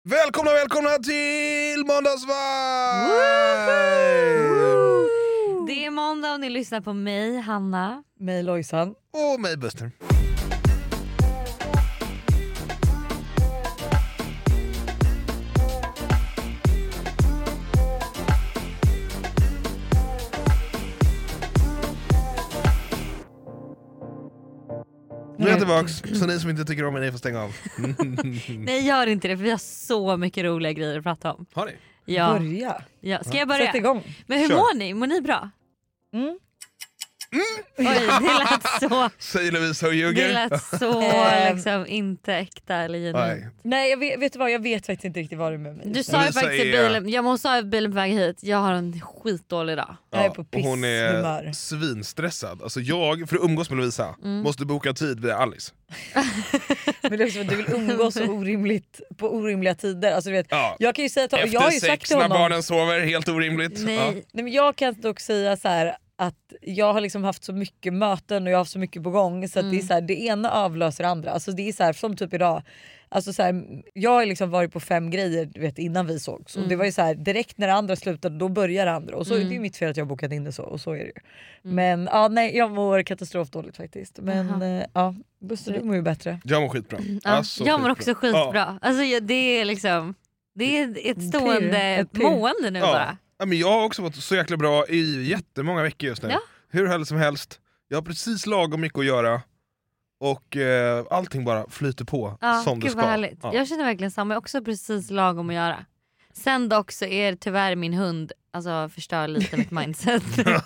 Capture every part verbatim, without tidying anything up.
Välkomna, välkomna till Måndagsvarv! Det är måndag och ni lyssnar på mig, Hanna. Mig, Lojsan. Och mig, Buster. Nu är jag tillbaks, så ni som inte tycker om mig, ni får stänga av. Nej, gör inte det, för vi har så mycket roliga grejer att prata om. Har ni? Ja. Börja. Ja. Ska jag börja? Sätt igång. Men hur Kör. mår ni? Mår ni bra? Mm. Oj, det lät så, Säger Lovisa och det ljuger. lät så Ehm. liksom inte äkta eller genuint. Nej. Nej, jag vet, vet du vad? Jag vet faktiskt inte riktigt vad det är med mig. Du sa ju Lovisa faktiskt i är- bilen, jag måste sa i bilen på väg hit, jag har en skitdålig dag. Jag är på och hon pisshumör. är svinstressad. Alltså jag, för att umgås med Lovisa, Mm. måste boka tid med Alice. Men det är också att du vill umgås så orimligt på orimliga tider. Alltså, du vet, Ja. jag kan ju säga att jag Efter har ju sagt sex till när honom. barnen sover, helt orimligt. Nej. Ja. Nej, men jag kan dock säga så här att jag har liksom haft så mycket möten och jag har haft så mycket på gång så att Mm. det är så här, det ena avlöser det andra. Alltså det är så här, som typ idag. Alltså så här, jag har liksom varit på fem grejer, du vet, innan vi såg. Så Mm. det var ju så här, direkt när det andra slutade då börjar det andra. Och så Mm. det är mitt fel att jag har bokat in det så, och så är det ju. Mm. Men ja, nej, jag mår katastrofdåligt faktiskt. Men Aha. eh, ja, Buster, du mår ju bättre. Jag mår skitbra. Ja, Alltså, jag mår skitbra. också skitbra. Alltså, jag- det är liksom det är ett stående Ett pirr. mående nu Ja. bara. Ja, men jag har också varit så jäkla bra i jättemånga veckor just nu. Ja. Hur härligt som helst. Jag har precis lagom mycket att göra. Och eh, allting bara flyter på Ja, som det gud ska. vad härligt. Ja. Jag känner verkligen samma, jag har också precis lagom att göra. Sen dock så är tyvärr min hund, alltså förstör lite mitt mindset.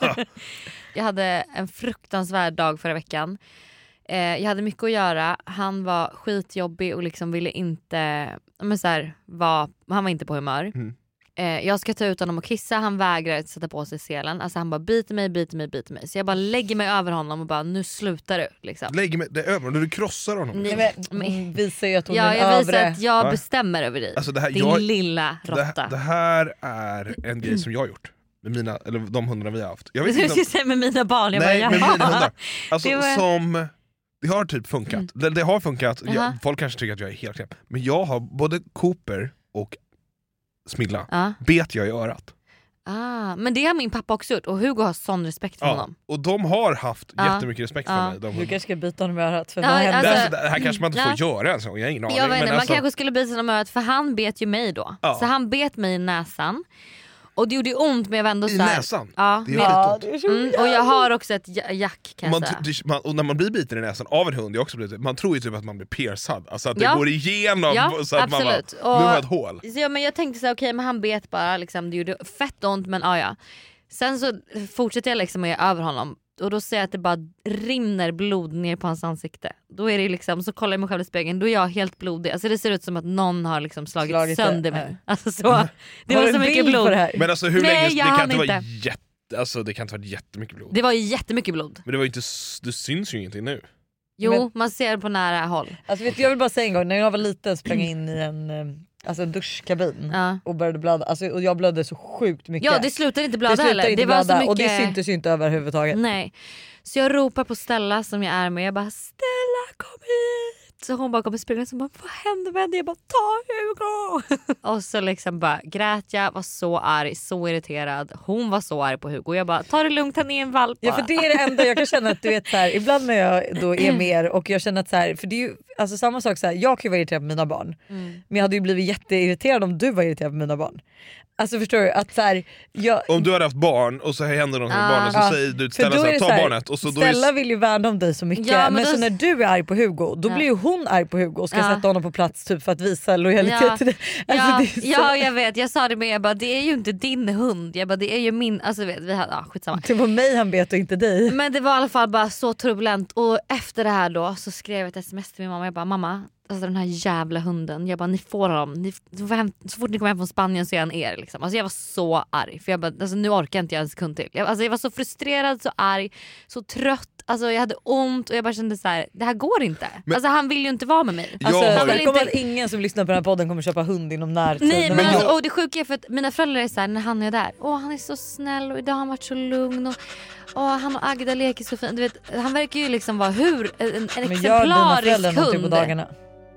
Jag hade en fruktansvärd dag förra veckan. Eh, jag hade mycket att göra. Han var skitjobbig och liksom ville inte, men så här, var, han var inte på humör. Mm. Eh, jag ska ta ut honom och kissa, han vägrar att sätta på sig selen. Alltså han bara biter mig, biter mig, biter mig. Så jag bara lägger mig över honom och bara, nu slutar du liksom. Lägg mig, det är över, du krossar honom. Nej. Nej, men, hon visar ju att hon Ja, är jag visar övre. att jag Ja. bestämmer över dig. Alltså det här, Din jag, lilla det, råtta. det här är en grej som jag har gjort. Med mina, eller de hundarna vi har haft. Jag vet Du inte skulle om, säga med mina barn. Jag nej, bara, med jaha. mina hundar. Alltså Det var- som... Det har typ funkat. Mm. Det, det har funkat. Jag, Jaha. folk kanske tycker att jag är helt knäpp. Men jag har både Cooper och Smilla. Ja. Bet jag i örat. Ah, men det har min pappa också gjort och Hugo har sån respekt för Ja. honom. Och de har haft Ja. jättemycket respekt för Ja. mig. De Du hundarna. kanske ska byta honom i örat för Ja, vad hände? alltså- det, det här kanske man inte får Nej. göra ens. Jag har ingen aning. Jag vet men inte, man alltså, kanske skulle bita honom i örat för han bet ju mig då. Ja. Så han bet mig i näsan. Och det gjorde ont men jag var ändå I så här, näsan? Ja, Det är men, Ja, skitont. det är så mm, och jag har också ett ja- jack kan jag Man, säga. det- man, och när man blir biten i näsan av en hund, jag också blivit, man tror ju typ att man blir piercad. Alltså att det Ja. går igenom Ja, så att man absolut. bara, nu har jag Och- ett hål. Så, ja, men jag tänkte så här, okej men han bet bara liksom, det gjorde fett ont men ah, ja. Sen så fortsätter jag liksom att göra över honom och då ser jag att det bara rinner blod ner på hans ansikte. Då är det liksom, så kollar jag mig själv i spegeln, då är jag helt blodig. Alltså det ser ut som att någon har liksom slagit, Slagit det, sönder ja. mig. Alltså så, det Har var du så en mycket bild på blod. det här? Men alltså hur Nej, länge, jag det kan hann inte vara inte. jätte, alltså det kan inte vara jättemycket blod. Det var ju jättemycket blod. Men det var ju inte, s- det syns ju ingenting nu. Jo, Men- man ser på nära håll. Alltså, vet du, jag vill bara säga en gång, när jag var liten sprang jag in i en, eh, alltså en duschkabin Ja. och började blöda. Alltså, och jag blödde så sjukt mycket. Ja, det slutade inte det blöda slutade heller. inte Det var så blöda, mycket... och det syntes ju inte överhuvudtaget. Nej. Så jag ropar på Stella som jag är med. Jag bara, Stella kom hit. Så hon bara kommer springa och bara, vad hände med henne? Jag bara, ta Hugo. Och så liksom bara grät jag, var så arg, så irriterad. Hon var så arg på Hugo. Jag bara, ta det lugnt, han är en valp bara. Ja, för det är det enda jag kan känna att du vet så här, ibland när jag då är med er och jag känner att så här, för det är ju alltså samma sak så här, jag kan ju vara irriterad på mina barn. Mm. Men jag hade ju blivit jätteirriterad om du var irriterad på mina barn. Alltså förstår du att så här, jag, Om du hade haft barn och så händer något med Ah. barnet så Ja. säger du till för Stella då så är här, det ta så här, barnet och så då Stella är, vill ju värna om dig så mycket, Ja, men men då- så när du är arg på Hugo då Ja. blir ju hon arg på Hugo och ska Ja. sätta honom på plats typ för att visa lojalitet Ja. till dig. Alltså, Ja, det är så... ja, jag vet. Jag sa det med. Jag bara, det är ju inte din hund. Jag bara, det är ju min. Alltså vet, vi hade, ja, skitsamma. Det var mig han bet och inte dig. Men det var i alla fall bara så turbulent. Och efter det här då så skrev jag ett sms till min mamma. Jag bara, mamma, alltså den här jävla hunden. Jag bara, ni får honom. Ni får hem, så fort ni kommer hem från Spanien så är han er. Liksom. Alltså jag var så arg. För jag bara, alltså nu orkar jag inte jag en sekund till. Jag, alltså jag var så frustrerad, så arg, så trött. Alltså jag hade ont och jag bara kände så här: det här går inte. Men- alltså han vill ju inte vara med mig. Jag Alltså, har han ju- vill det kommer inte... att ingen som lyssnar på den här podden kommer köpa hund inom närtid. Nej men, Men alltså, jag- och det sjuka är för att mina föräldrar är så här, när han är där, åh han är så snäll och idag har han varit så lugn och, och han och Agda leker så fint. Du vet, han verkar ju liksom vara hur en, en Men gör dina exemplarisk föräldrar någonting hund. på dagarna?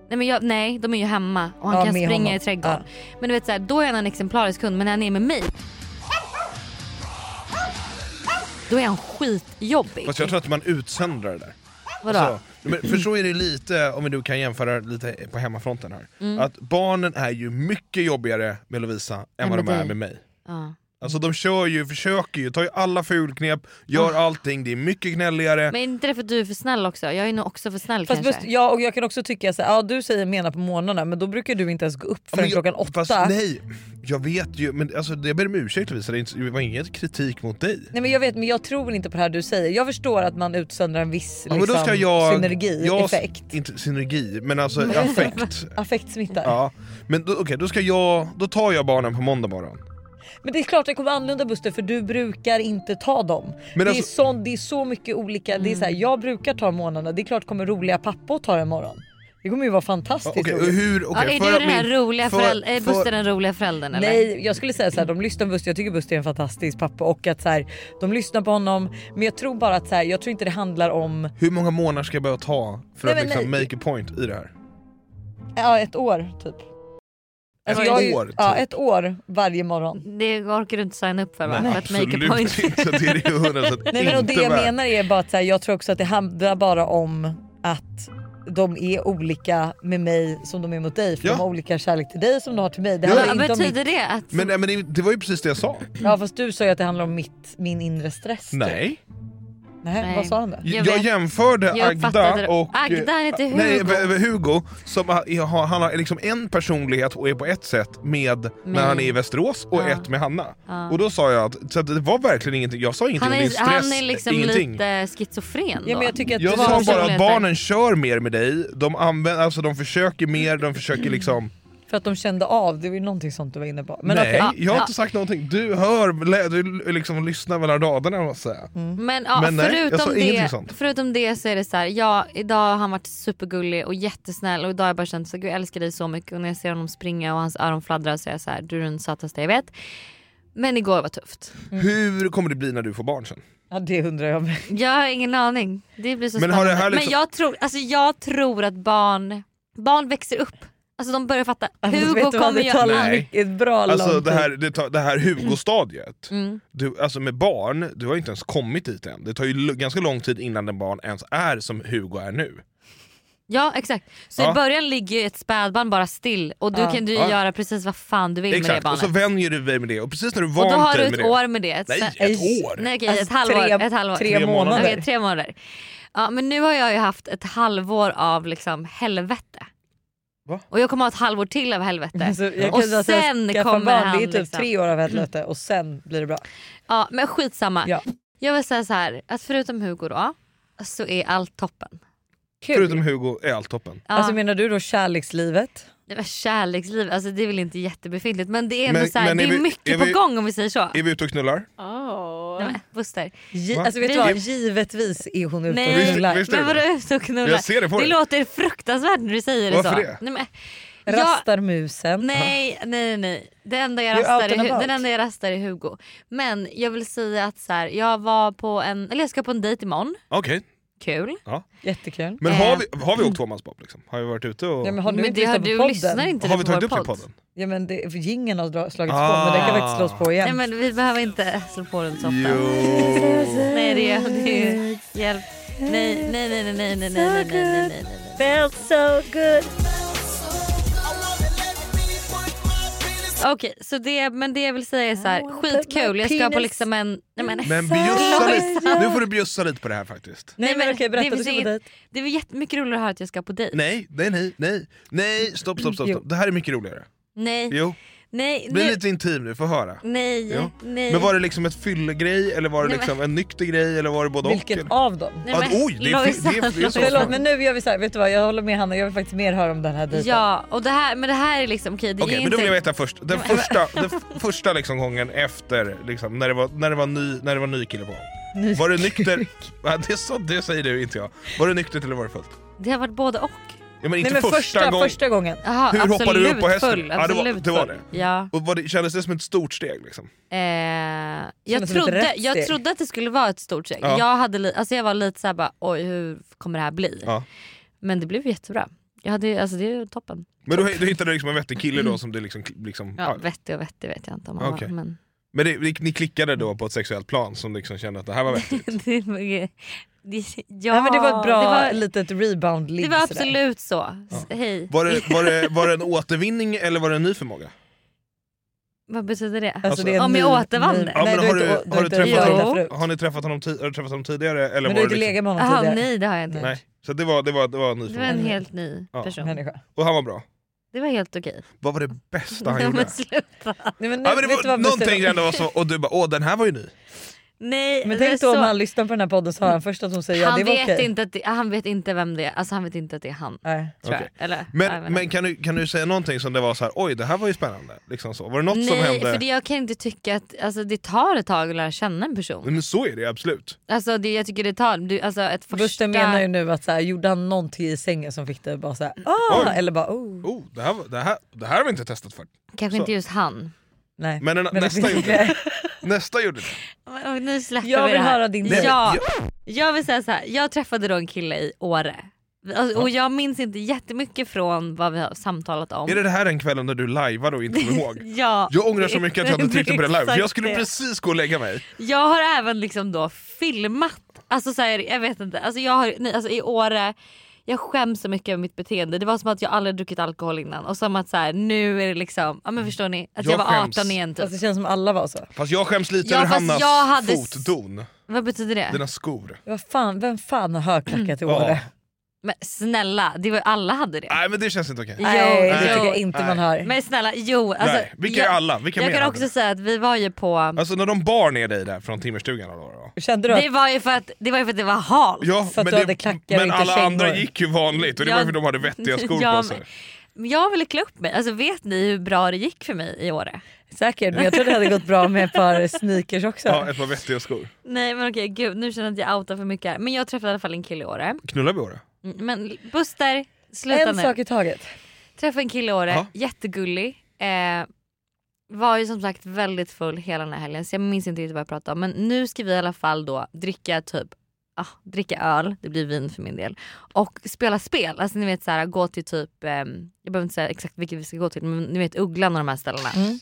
Nej, men jag, nej, de är ju hemma och han Ja, kan med springa honom. i trädgården. Ja. Men du vet så här, då är han en exemplarisk hund, men när han är med mig då är han skitjobbig. Fast jag tror att man utsöndrar det där. Vadå? Alltså, men för så är det lite, om du kan jämföra lite på hemmafronten här. Mm. Att barnen är ju mycket jobbigare med Lovisa än vad med de är dig. med mig. Ja. Alltså de kör ju, försöker ju, tar ju alla fulknep, gör Oh. allting, det är mycket gnälligare. Men är inte det för att du är för snäll också? Jag är nog också för snäll Fast kanske. just, ja, och jag kan också tycka så här, ja, du säger mena på morgnarna, men då brukar du inte ens gå upp Ja, förrän men jag- klockan åtta. Fast nej, jag vet ju, men alltså, det ber om ursäkt Lovisa, det är inte- det var ingen kritik mot dig. Nej, men jag vet, men jag tror inte på det här du säger. Jag förstår att man utsöndrar en viss Ja, men liksom, då ska jag, synergi, jag, effekt. Inte synergi, men alltså affekt. Affekt smittar. Ja, men då, okej, då ska jag, då tar jag barnen på måndag morgon. Men det är klart det kommer annorlunda, Buster, för du brukar inte ta dem. Men det, alltså- är så, det är så mycket olika. Mm. Det är så här, jag brukar ta månaderna. Det är klart kommer roliga pappor ta en morgon. Det kommer ju vara fantastiskt Okej, roligt. hur, Ja, okej, är för du att den här min- roliga för- föräldern? Är för- Buster den roliga föräldern eller? Nej, jag skulle säga så här, de lyssnar på Buster. Jag tycker Buster är en fantastisk pappa och att så här, de lyssnar på honom. Men jag tror bara att så här, jag tror inte det handlar om Hur många månader ska jag behöva ta för Nej, att men liksom nej. make a point i det här? ja, ett år typ. Ett jag är ju- år, typ. Ja, ett år varje morgon. Det orkar du inte signa upp för va? Nej, För att make a absolut point. inte. Det är det ju hundra procent Nej, men och det inte jag värt. menar är bara att så här, jag tror också att det handlar bara om att de är olika med mig som de är mot dig. För Ja. de har olika kärlek till dig som de har till mig. Det Ja. handlar Vad inte om betyder mitt, det? Att... Men, nej, men det, det var ju precis det jag sa. ja, fast du sa ju att det handlar om mitt, min inre stress. Nej. Nej, Nej. vad sa han då? Jag Jag, vet. jämförde Jag uppfattade Agda det. och... Agda heter Hugo. Nej, v- Hugo som har, har, han har liksom en personlighet och är på ett sätt med Mig. när han är i Västerås och Ja. ett med Hanna. Ja. Och då sa jag att så att det var verkligen ingenting, jag sa ingenting Han om din är, stress, han är liksom ingenting. lite schizofren då. Ja, men jag tycker att Jag det sa var bara att personligheter. barnen kör mer med dig, de, använder, alltså, de försöker mer, de försöker liksom... för att de kände av, det var ju någonting sånt du var inne på. Men Nej, okej. Ja, jag har ja. inte sagt någonting. Du hör, lä- du liksom lyssnar mellan raderna måste jag säga. Men, ja, Men nej, jag sa förutom, ingenting det, sånt. förutom det så är det så här, ja, idag har han varit supergullig och jättesnäll och idag har jag bara känt så jag älskar dig så mycket och när jag ser honom springa och hans öron fladdrar så är jag så här, du är den sötaste jag vet. Men igår var tufft. Hur kommer det bli när du får barn sen? Ja, det undrar jag med. Jag har ingen aning. Det blir så Men har spännande. det här liksom- Men jag tror, alltså jag tror att barn, barn växer upp. Alltså de börjar fatta, Alltså, Hugo vet du vad, kommer det tar göra... Nej. mycket bra Alltså lång det tid. här, det, tar, det här Hugo-stadiet, Mm. du, alltså med barn, du har inte ens kommit dit än. Det tar ju l- ganska lång tid innan en barn ens är som Hugo är nu. Ja exakt, så Ja. i början ligger ju ett spädbarn bara still och du Ja. kan du Ja. göra precis vad fan du vill med det Exakt, och barnet. så vänjer du dig med det och precis när du Och då vant har du dig ett med det. år med det. Nej, Sen- ett år! Nej okej, Alltså, ett halvår. tre- ett halvår. tre Tre månader. månader. Okej, tre månader. Ja, men nu har jag ju haft ett halvår av liksom helvete. Va? Och jag kommer ha ett halvår till av helvete. Alltså, jag Och kan säga att jag sen skaffar kommer barn, han det är typ liksom. tre år av helvete och sen blir det bra. Ja, men skitsamma. Ja. Jag vill säga så här, att förutom Hugo då så är allt toppen. Kul. Förutom Hugo är allt toppen. Ja, Alltså menar du då kärlekslivet? det var kärleksliv, alltså det är väl inte jättebefintligt men det är ändå Men- så här, men det är är vi- mycket är på vi- gång om vi säger så. Är vi ute och knullar? Nej, men, Buster. Gi- Va? alltså vet du Vi- vad, givetvis är hon ute Nej, och knullar. visst är det men det? vadå ute och knullar? Jag ser det på Det dig. låter fruktansvärt när du säger det Varför så. det? Nej, men, jag, Rastar musen. nej, nej, nej. Det enda jag You're rastar out är, and Hu- about. den enda jag rastar är Hugo. Men jag vill säga att så här, jag var på en, eller jag ska på en dejt imorgon. Okej, Kul. Jättekul. men Eh. har vi, har vi åkt tvåmansbob liksom? Har vi varit ute och... Ja, men har du Men inte det har lyssnat du på lyssnar podden? inte har det vi på tagit vår upp det i podd? podden? Ja men det, för jingeln har dra- slagits Ah. på men den kan faktiskt slås på igen. Nej men vi behöver inte slå på den så ofta. Jo. Nej det är, det är hjälp. Nej, nej, nej, nej, nej, nej, nej, nej, nej, nej, nej, nej. Felt so good. Okej, så det, men det jag vill säga är så här, skitkul. Jag ska på liksom en... Nej, men, Men bjussa lite, Lojsan. nu får du bjussa lite på det här faktiskt. Nej men okej, berätta, det du ska finns på inget- dejt. Det är jättemycket roligare att höra att jag ska på dejt. Nej, nej, nej, nej, nej, stopp, stopp, stopp, Jo. stopp. Det här är mycket roligare. Nej, Jo, nej, bli nu, lite intim nu, få höra. nej, Jo. nej. Men var det liksom ett fyllegrej eller var det Nej, liksom en nykter grej eller var det både och? Vilket eller? av dem? Nej, Ja, men, oj, det är, Lojsan, det är, det är så Lojsan. Förlåt men nu gör vi så här, vet du vad, jag håller med Hanna, jag vill faktiskt mer höra om den här dejten. Ja, och det här, men det här är liksom okej, det Okej, är men inte... då vill jag veta först. Den första, den f- första liksom gången efter, liksom, när det var, när det var, ny, när det var ny kille på. Ny Var du nykter? Ja, det, är så, det säger du, inte jag. Var du nykter eller var det fullt? Det har varit både och. Ja, men Nej inte men första, första, gången. första gången. Aha, Hur absolut hoppade du upp på hästen? Full, Ja, det var- absolut det var full. det. Ja. Och var det, kändes det som ett stort steg liksom? Eh, jag, Kändes som ett trodde, rätt jag steg. trodde att det skulle vara ett stort steg. Ja. Jag, hade li, alltså jag var lite såhär bara, oj hur kommer det här bli? Ja. Men det blev jättebra. Ja, det, alltså, det är toppen. Men du, du hittade liksom en vettig kille då som det liksom... liksom Ja, ja. vettig och vettig vet jag inte om han Okay. var. Men, men det, ni klickade då på ett sexuellt plan som liksom kände att det här var vettigt? det, var, det, ja, Ja, men det var ett bra det var, litet rebound ligg. det var absolut så. Ja. Hej. Var det, var, det, var det en återvinning eller var det en ny förmåga? Vad betyder det? Alltså, det är Om ny, jag återvann ny- det? Ja, Nej, men du har har du- inte, har du du har inte träffat varit honom? där förut. Har ni träffat honom, ti- har du träffat honom tidigare? Eller Men var du har det inte liksom... legat med honom Jaha, tidigare? nej det har jag inte. Nej, så det var, det var, det var en ny Det var en förmåga. helt ny Ja. person. Människa. Och han var bra. Det var helt okej. Vad var det bästa han Nej, gjorde? men sluta. Nej, men, Ja, men det vet du var, vad någonting Buster- ändå var så, och du bara åh den här var ju ny. Nej, Men det är tänk då om så... han lyssnar på den här podden så hör han först att hon säger ja han, det var vet okej. inte att det, han vet inte vem det är. Alltså han vet inte att det är han. Nej. Tror Okej. jag. Eller, jag vet Men, inte. men kan, du, kan du säga någonting som det var så här, oj det här var ju spännande? Liksom så. Var det något som Nej, hände? för det, jag kan inte tycka att alltså, det tar ett tag att lära känna en person. Men så är det absolut. Alltså, det, jag tycker det tar du, alltså, ett första... Buster menar ju nu att så här, gjorde han någonting i sängen som fick det bara så här, ah, Oj. eller bara oh. Oh, det, här, var- det, här, det här har vi inte testat för. Kanske så. inte just han. Nej. Men, en, Men nästa, det- gjorde det. nästa gjorde det. Och nu släpper Jag vi vill det här. höra din- Nej, Ja, men- jag vill säga så här. Jag träffade då en kille i Åre. Alltså, och jag minns inte jättemycket från vad vi har samtalat om. Är det det här den kvällen där du lajvade och inte kommer ihåg? Ja, Jag ångrar så mycket att jag inte tryckte på det live, för jag Exakt skulle det. precis gå och lägga mig. Jag har även liksom då filmat, alltså så här, jag vet inte, alltså jag har, nej, alltså i Åre, jag skäms så mycket över mitt beteende. Det var som att jag aldrig druckit alkohol innan och som att så här, nu är det liksom, ja men förstår ni, att jag, Jag var skäms. arton igen typ. Alltså, det känns som alla var så. Fast jag skäms lite Ja, över fast Hannas jag hade s- fotdon. Vad betyder det? Dina skor. Vad fan, vem fan har högklackat i Ja. Åre? Men snälla, det var, alla hade det. Nej men det känns inte okej. Jo, Nej det jo. tycker jag inte man Nej. hör. Men snälla, jo. Alltså, Nej, vilka jag, är alla? Vilka jag mer kan hade också det? säga att vi var ju på... Alltså när de bar ner dig där från timmerstugan då, då. Kände du att Det var ju för att det, var ju för att det var halt. Ja, För att men, du det, hade klackar och men inte alla kängor. andra gick ju vanligt och det Ja. var ju för att de hade vettiga skor Ja, på sig. Men jag ville klä upp mig. Alltså, vet ni hur bra det gick för mig i Åre? säkert, men jag tror det hade gått bra med ett par sneakers också. Ja, ett par vettiga skor. Nej men okej, gud nu känner jag att jag outar för mycket här. Men jag träffade i alla fall en kille i Åre. Knullar vi Åre? Mm, Men Buster, sluta En nu. sak i taget. Träffade en kille i Åre, Ja. jättegullig. Eh, var ju som sagt väldigt full hela den här helgen så jag minns inte riktigt vad jag pratade om. Men nu ska vi i alla fall då dricka typ ah, dricka öl, det blir vin för min del. Och spela spel, alltså ni vet så här, gå till typ, eh, jag behöver inte säga exakt vilket vi ska gå till, men ni vet Ugglan och de här ställena. Mm.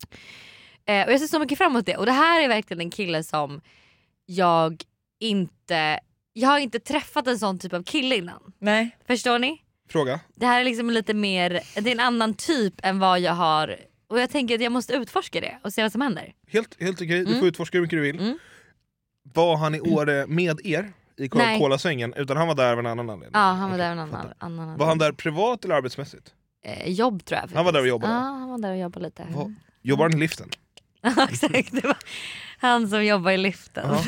Eh, och jag ser så mycket fram emot det. Och det här är verkligen en kille som jag inte, jag har inte träffat en sån typ av kille innan. Nej. Förstår ni? Fråga. Det Det här är liksom lite mer, det är en annan typ än vad jag har. Och jag tänker att jag måste utforska det och se vad som händer. Helt, helt okej, du Mm. får utforska hur mycket du vill. Mm. Var han i Åre med er i Nej. Cola-svängen utan han var där av en annan anledning? Ja, han var Okej, där av en annan, fattar. annan Var han där privat eller arbetsmässigt? eh, jobb tror jag. Han var där och faktiskt. jobbade? Ja, han var där och jobbade lite. Vad- Jobbar han i liften? Ja, exakt. Det var han som jobbar i liften. Ja.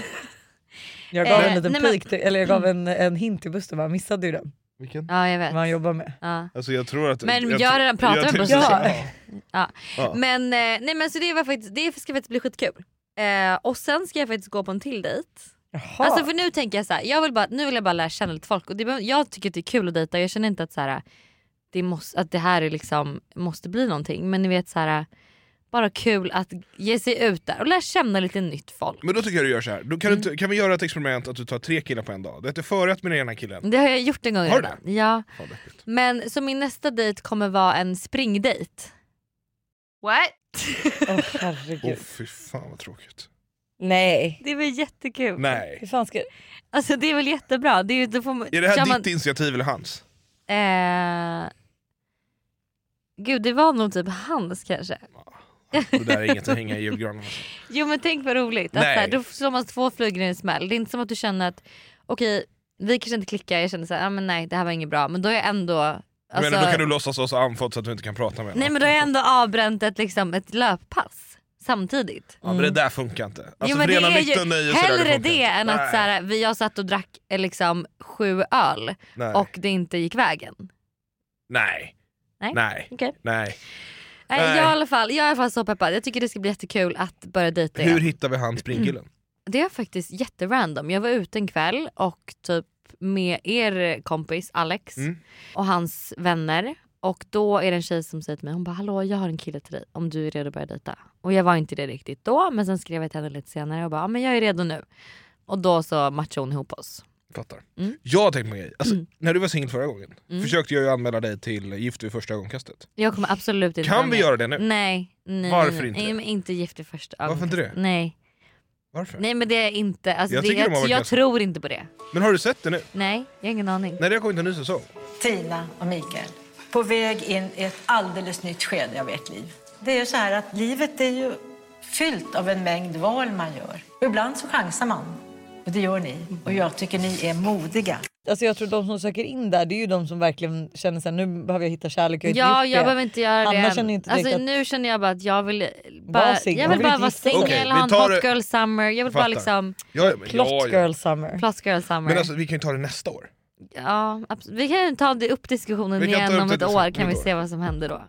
Jag gav Eh, en liten nej, men- pik till, eller jag gav en, en hint till Buster, man missade ju den. Vilken? Ja, jag vet. Vad han jobbar med. Ja. Alltså jag tror att... Men jag, jag har redan pratat jag med tror- Buster. Ja. Ja. Ja. Men, eh, nej, men så det var faktiskt, det ska faktiskt bli skitkul. Eh, och sen ska jag faktiskt gå på en till dejt. Jaha. Alltså för nu tänker jag så här, jag vill bara, nu vill jag bara lära känna lite folk och det, behöver- jag tycker att det är kul att dejta. Jag känner inte att så här, det måste, att det här är liksom, måste bli någonting, men ni vet så här, bara kul att ge sig ut där och lära känna lite nytt folk. Men då tycker jag du gör så här. Då kan, Mm. du inte, kan vi göra ett experiment att du tar tre killar på en dag? Det är förrätt med den ena killen. Det har jag gjort en gång Har du redan. Ja. Fan, deppigt. Men så min nästa dejt kommer vara en springdejt. What? Åh herregud. Åh fy fan vad tråkigt. Nej. Det är väl jättekul. Nej. Hur fan ska... Alltså det är väl jättebra. Det är, ju- då får man, Är det här kör ditt man- initiativ eller hans? Eh, gud det var nog typ hans kanske. Det där är inget att hänga i julgranen. Alltså. Jo men tänk vad roligt. Att, Nej. så här, då slår man två flugor i en smäll. Det är inte som att du känner att okej vi kanske inte klickar. Jag känner så här, ah, men nej det här var inget bra. Men då är jag ändå Jag alltså, menar, då kan du låtsas vara så andfådd så att du inte kan prata med nej honom. men då är jag ändå avbränt ett, liksom, ett löppass samtidigt. Ja, men det där funkar inte. Alltså, Jo, men det förena är nytta och ju nöje så där, hellre funkar det inte. än att Nej. så här, vi, jag satt och drack eh, liksom, sju öl Nej. och det inte gick vägen. Nej. Nej. Nej. Okej. Nej. Nej. Nej. Jag, är i alla fall, jag är i alla fall så peppad. Jag tycker det ska bli jättekul att börja dejta Hur igen. hittar vi han springkillen? Det är faktiskt jätterandom. Jag var ute en kväll och typ med er kompis Alex Mm. och hans vänner. Och då är det en tjej som säger till mig, hon bara hallå jag har en kille till dig om du är redo att börja dejta. Och jag var inte det riktigt då, men sen skrev jag till henne lite senare och bara ja, men jag är redo nu. Och då så matchade hon ihop oss. Fattar. Mm. Jag har tänkt på en grej. Alltså, Mm. när du var singel förra gången Mm. försökte jag ju anmäla dig till Gift vid första ögonkastet. Jag kommer absolut inte Kan vara vi med. göra det nu? Nej, nej. Varför nej, inte? Nej, men inte Gift i första Varför inte ögonkastet. det? Nej. Varför? Nej men det är inte, alltså, Jag det, tycker jag, de har varit jag ganska- tror inte på det. Men har du sett det nu? Nej, jag har ingen aning. Nej, det har kommit en ny säsong. Tina och Mikael, på väg in i ett alldeles nytt skede av ert liv. Det är ju så här att livet är ju fyllt av en mängd val man gör. Och ibland så chansar man. Och det gör ni. Och jag tycker ni är modiga. Alltså jag tror de som söker in där, det är ju de som verkligen känner sig nu behöver jag hitta kärlek. Jag Ja, har inte jag gjort det. behöver inte göra det. Anna känner inte alltså, direkt att- nu känner jag bara att jag vill bara, singel. jag Hon vill vill bara inte vara gifta sig. singel, Okej, ha vi en tar hot det- girl summer. Jag vill bara Fattar. liksom Ja, ja, men, Plot ja, ja. girl summer. plus girl summer. Men alltså, vi kan ju ta det nästa år. Ja, absolut. Vi kan ta det upp diskussionen Vi kan ta igen upp om det ett år, tillsammans kan vi då. se vad som händer då.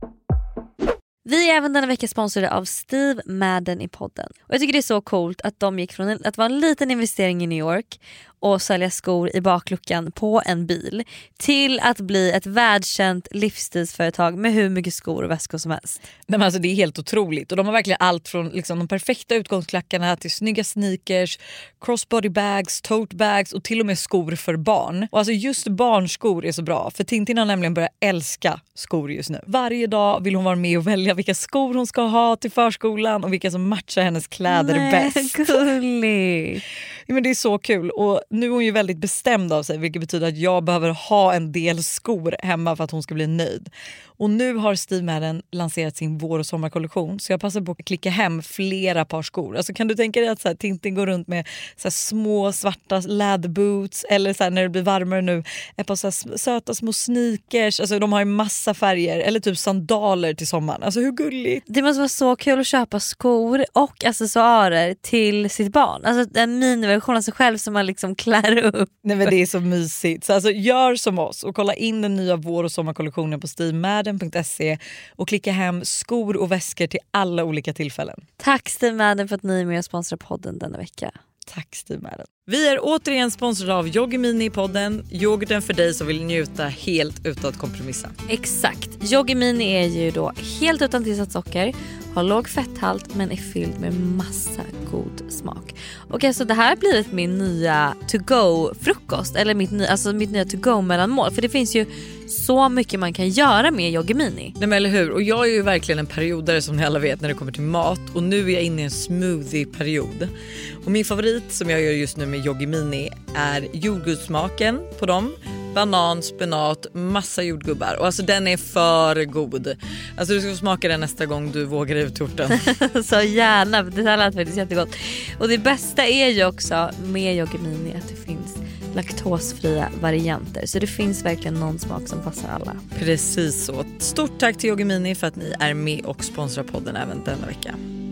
Vi är även denna vecka sponsrade av Steve Madden i podden. Och jag tycker det är så coolt att de gick från att vara en liten investering i New York och sälja skor i bakluckan på en bil till att bli ett världskänt livsstilsföretag med hur mycket skor och väskor som helst. Nej, men alltså det är helt otroligt och de har verkligen allt från liksom de perfekta utgångsklackarna till snygga sneakers, crossbody bags, tote bags och till och med skor för barn. Och alltså just barnskor är så bra för Tintin har nämligen börjat älska skor just nu. Varje dag vill hon vara med och välja vilka skor hon ska ha till förskolan och vilka som matchar hennes kläder Nej, bäst. gulligt. Ja, men det är så kul och nu är hon ju väldigt bestämd av sig, vilket betyder att jag behöver ha en del skor hemma för att hon ska bli nöjd. Och nu har Steve Madden lanserat sin vår- och sommarkollektion så jag passar på att klicka hem flera par skor. Alltså kan du tänka dig att så här, Tintin går runt med så här, små svarta läderboots eller så här, när det blir varmare nu ett par så här, söta små sneakers. Alltså de har ju massa färger eller typ sandaler till sommaren. Alltså hur gulligt? Det måste vara så kul att köpa skor och accessoarer till sitt barn. Alltså en miniversion av sig själv som man liksom klär upp. Nej men det är så mysigt. Så alltså gör som oss och kolla in den nya vår- och sommarkollektionen på steve madden punkt se och klicka hem skor och väskor till alla olika tillfällen. Tack Steve Madden för att ni är med och sponsrar podden denna vecka. Tack Steve Madden. Vi är återigen sponsrade av Yogimini i podden. Yoghurten för dig som vill njuta helt utan att kompromissa. Exakt. Yogimini är ju då helt utan tillsatt socker, har låg fetthalt men är fylld med massa god smak. Och alltså det här har blivit min nya to-go frukost eller mitt nya, alltså mitt nya to-go mellanmål, för det finns ju så mycket man kan göra med Yogimini. Nej men eller hur? Och jag är ju verkligen en periodare som ni alla vet när det kommer till mat. Och nu är jag inne i en smoothie-period. Och min favorit som jag gör just nu med Yogimini är jordgubbssmaken på dem. Banan, spenat, massa jordgubbar. Och alltså den är för god. Alltså du ska få smaka den nästa gång du vågar ut torten. Så gärna, det här lät faktiskt jättegott. Och det bästa är ju också med Yogimini att det finns laktosfria varianter. Så det finns verkligen någon smak som passar alla. Precis så. Stort tack till Yogimini för att ni är med och sponsrar podden även denna vecka.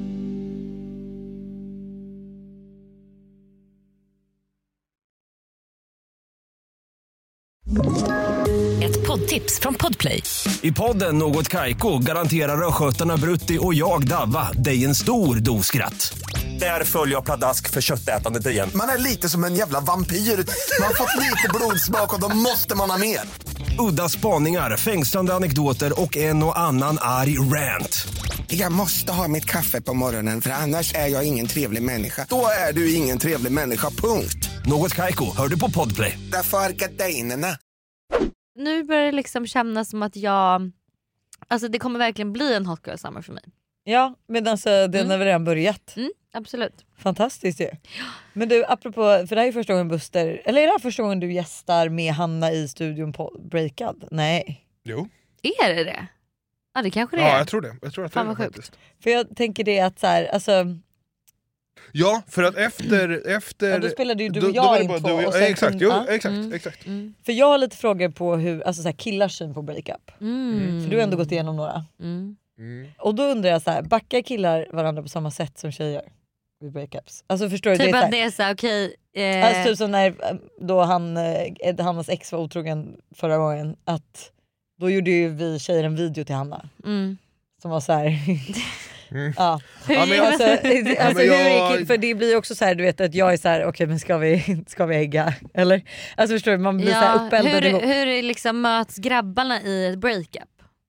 Ett poddtips från Podplay. I podden Något Kaiko garanterar östgötarna Brutti och jag Davva dig en stor dos skratt. Där följer jag pladask för köttätandet igen. Man är lite som en jävla vampyr. Man har fått lite blodsmak och då måste man ha mer. Udda spaningar, fängslande anekdoter och en och annan arg rant. Jag måste ha mitt kaffe på morgonen för annars är jag ingen trevlig människa. Då är du ingen trevlig människa, punkt. Något Kaiko, hör du på Podplay. Därför är gardinerna. Nu börjar det liksom kännas som att jag, alltså det kommer verkligen bli en hot girl summer för mig. Ja, men alltså den Mm. har väl redan börjat. Mm, absolut. Fantastiskt ju. Men du, apropå, för det här är första gången Buster, eller är det här första gången du gästar med Hanna i studion på Breakad? Nej. Jo. Är det det? Ja, det kanske det Ja, är. jag tror det. Jag tror att Fan det är vad det sjukt. faktiskt. För jag tänker det att så här, alltså, Ja, för att efter... efter ja, då spelade ju du då- och då var jag det in bara två. du och jag. och sen Ja, exakt, kunde- jo, ja. exakt, Mm. exakt. Mm. För jag har lite frågor på hur, alltså så här, killars syn på breakup. Mm. För du har ändå gått igenom några. Mm. Mm. Och då undrar jag så här, backar killar varandra på samma sätt som tjejer vid breakups? Alltså förstår du? Typ det är så att här, det är så här, okej. eh, alltså typ som när eh, då han, eh, Hannas ex var otrogen förra gången, att då gjorde ju vi tjejer en video till Hanna mm. som var så här. Mm. Ja. Hur Ja, men jag- Alltså, det- alltså, men hur är jag- kill- för det blir ju också så här, du vet att jag är så här, okej okay, men ska vi, ska vi ägga? Eller? Alltså förstår du, man blir så här Ja, uppeldad hur, ihop. hur liksom möts grabbarna i ett breakup?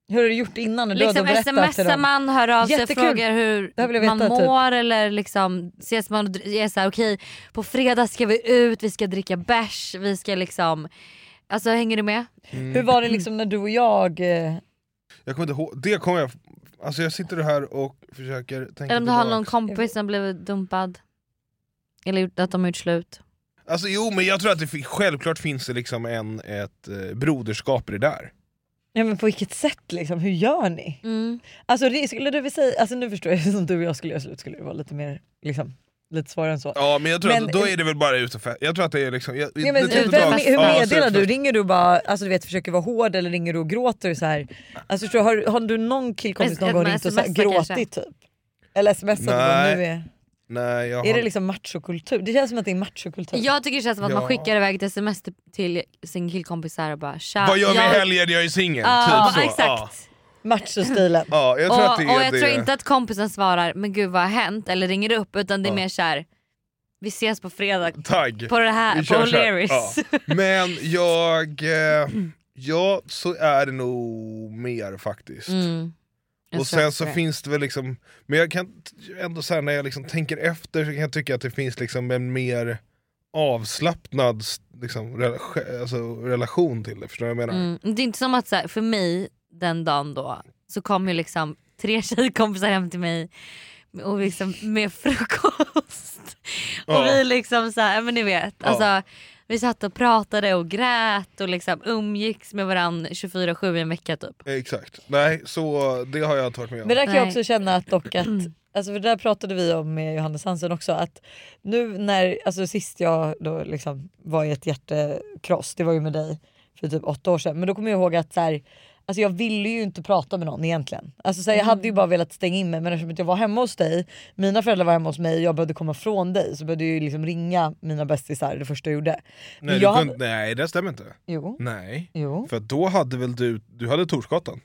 Hur har du gjort innan? Du liksom smsar man, hör av sig, Jättekul. frågar hur man veta, mår typ. eller liksom ses man och är såhär okej okay, på fredag ska vi ut, vi ska dricka bärs, vi ska liksom, alltså hänger du med? Mm. Hur var det liksom när du och jag... Eh... Jag kommer inte ihåg, det kommer jag, alltså jag sitter här och försöker tänka eller om du har tillbaka. någon kompis som blev dumpad eller att de har gjort slut. Alltså jo, men jag tror att det självklart finns det liksom en, ett eh, broderskap i det där. Ja, men på vilket sätt liksom? Hur gör ni? Mm. Alltså det skulle du väl säga, alltså nu förstår jag som du och jag skulle göra slut skulle det vara lite mer liksom lite svårare än så. Ja, men jag tror men, att då är det väl bara ut och fä- jag tror att det är liksom jag, ja, men, det hur, vem, hur ja, meddelar du? först. Ringer du bara, alltså du vet försöker vara hård eller ringer du och gråter så här? Alltså tror, har, har du någon killkompis någon gång ringt och så här, gråtit typ? Eller smsat nu är Nej, jag är har... det liksom machokultur? Det känns som att det är machokultur. Jag tycker det känns som att ja. man skickar iväg ett sms till sin killkompis här och bara tja. Vad gör vi i jag... helgen? Jag är singel. Ja, typ så. exakt. Ja. Machostilen. Ja, jag tror och att det är och jag det. tror inte att kompisen svarar men gud vad har hänt eller ringer upp, utan det är Ja. mer såhär vi ses på fredag Tagg. på det här, Vi på kör så här. O'Learys. Ja. Men jag, eh, ja så är det nog mer faktiskt. Mm. Jag Och tror sen också så det. finns det väl liksom, men jag kan ändå säga när jag liksom tänker efter så kan jag tycka att det finns liksom en mer avslappnad liksom, rela- alltså, relation till det, förstår du vad jag menar? Mm. Det är inte som att så här, för mig den dagen då så kom ju liksom tre tjejkompisar hem till mig och liksom med frukost. Ja. Och vi liksom så här, men ni vet, Ja. alltså vi satt och pratade och grät och liksom umgicks med varandra tjugofyra sju i en vecka typ. Exakt, nej så det har jag inte varit med om. Men där kan Nej. jag också känna att dock att, alltså för det där pratade vi om med Johannes Hansen också, att nu när, alltså sist jag då liksom var i ett hjärtekross, det var ju med dig för typ åtta år sedan, men då kommer jag ihåg att så här, alltså jag ville ju inte prata med någon egentligen. Alltså så här, jag hade ju bara velat stänga in mig, men eftersom jag var hemma hos dig, mina föräldrar var hemma hos mig och jag behövde komma från dig, så behövde jag ju liksom ringa mina bästisar det första jag gjorde. Men Nej, jag du hade... kunde, nej det stämmer inte. Jo. Nej, Jo. för då hade väl du, du hade Torsgatan?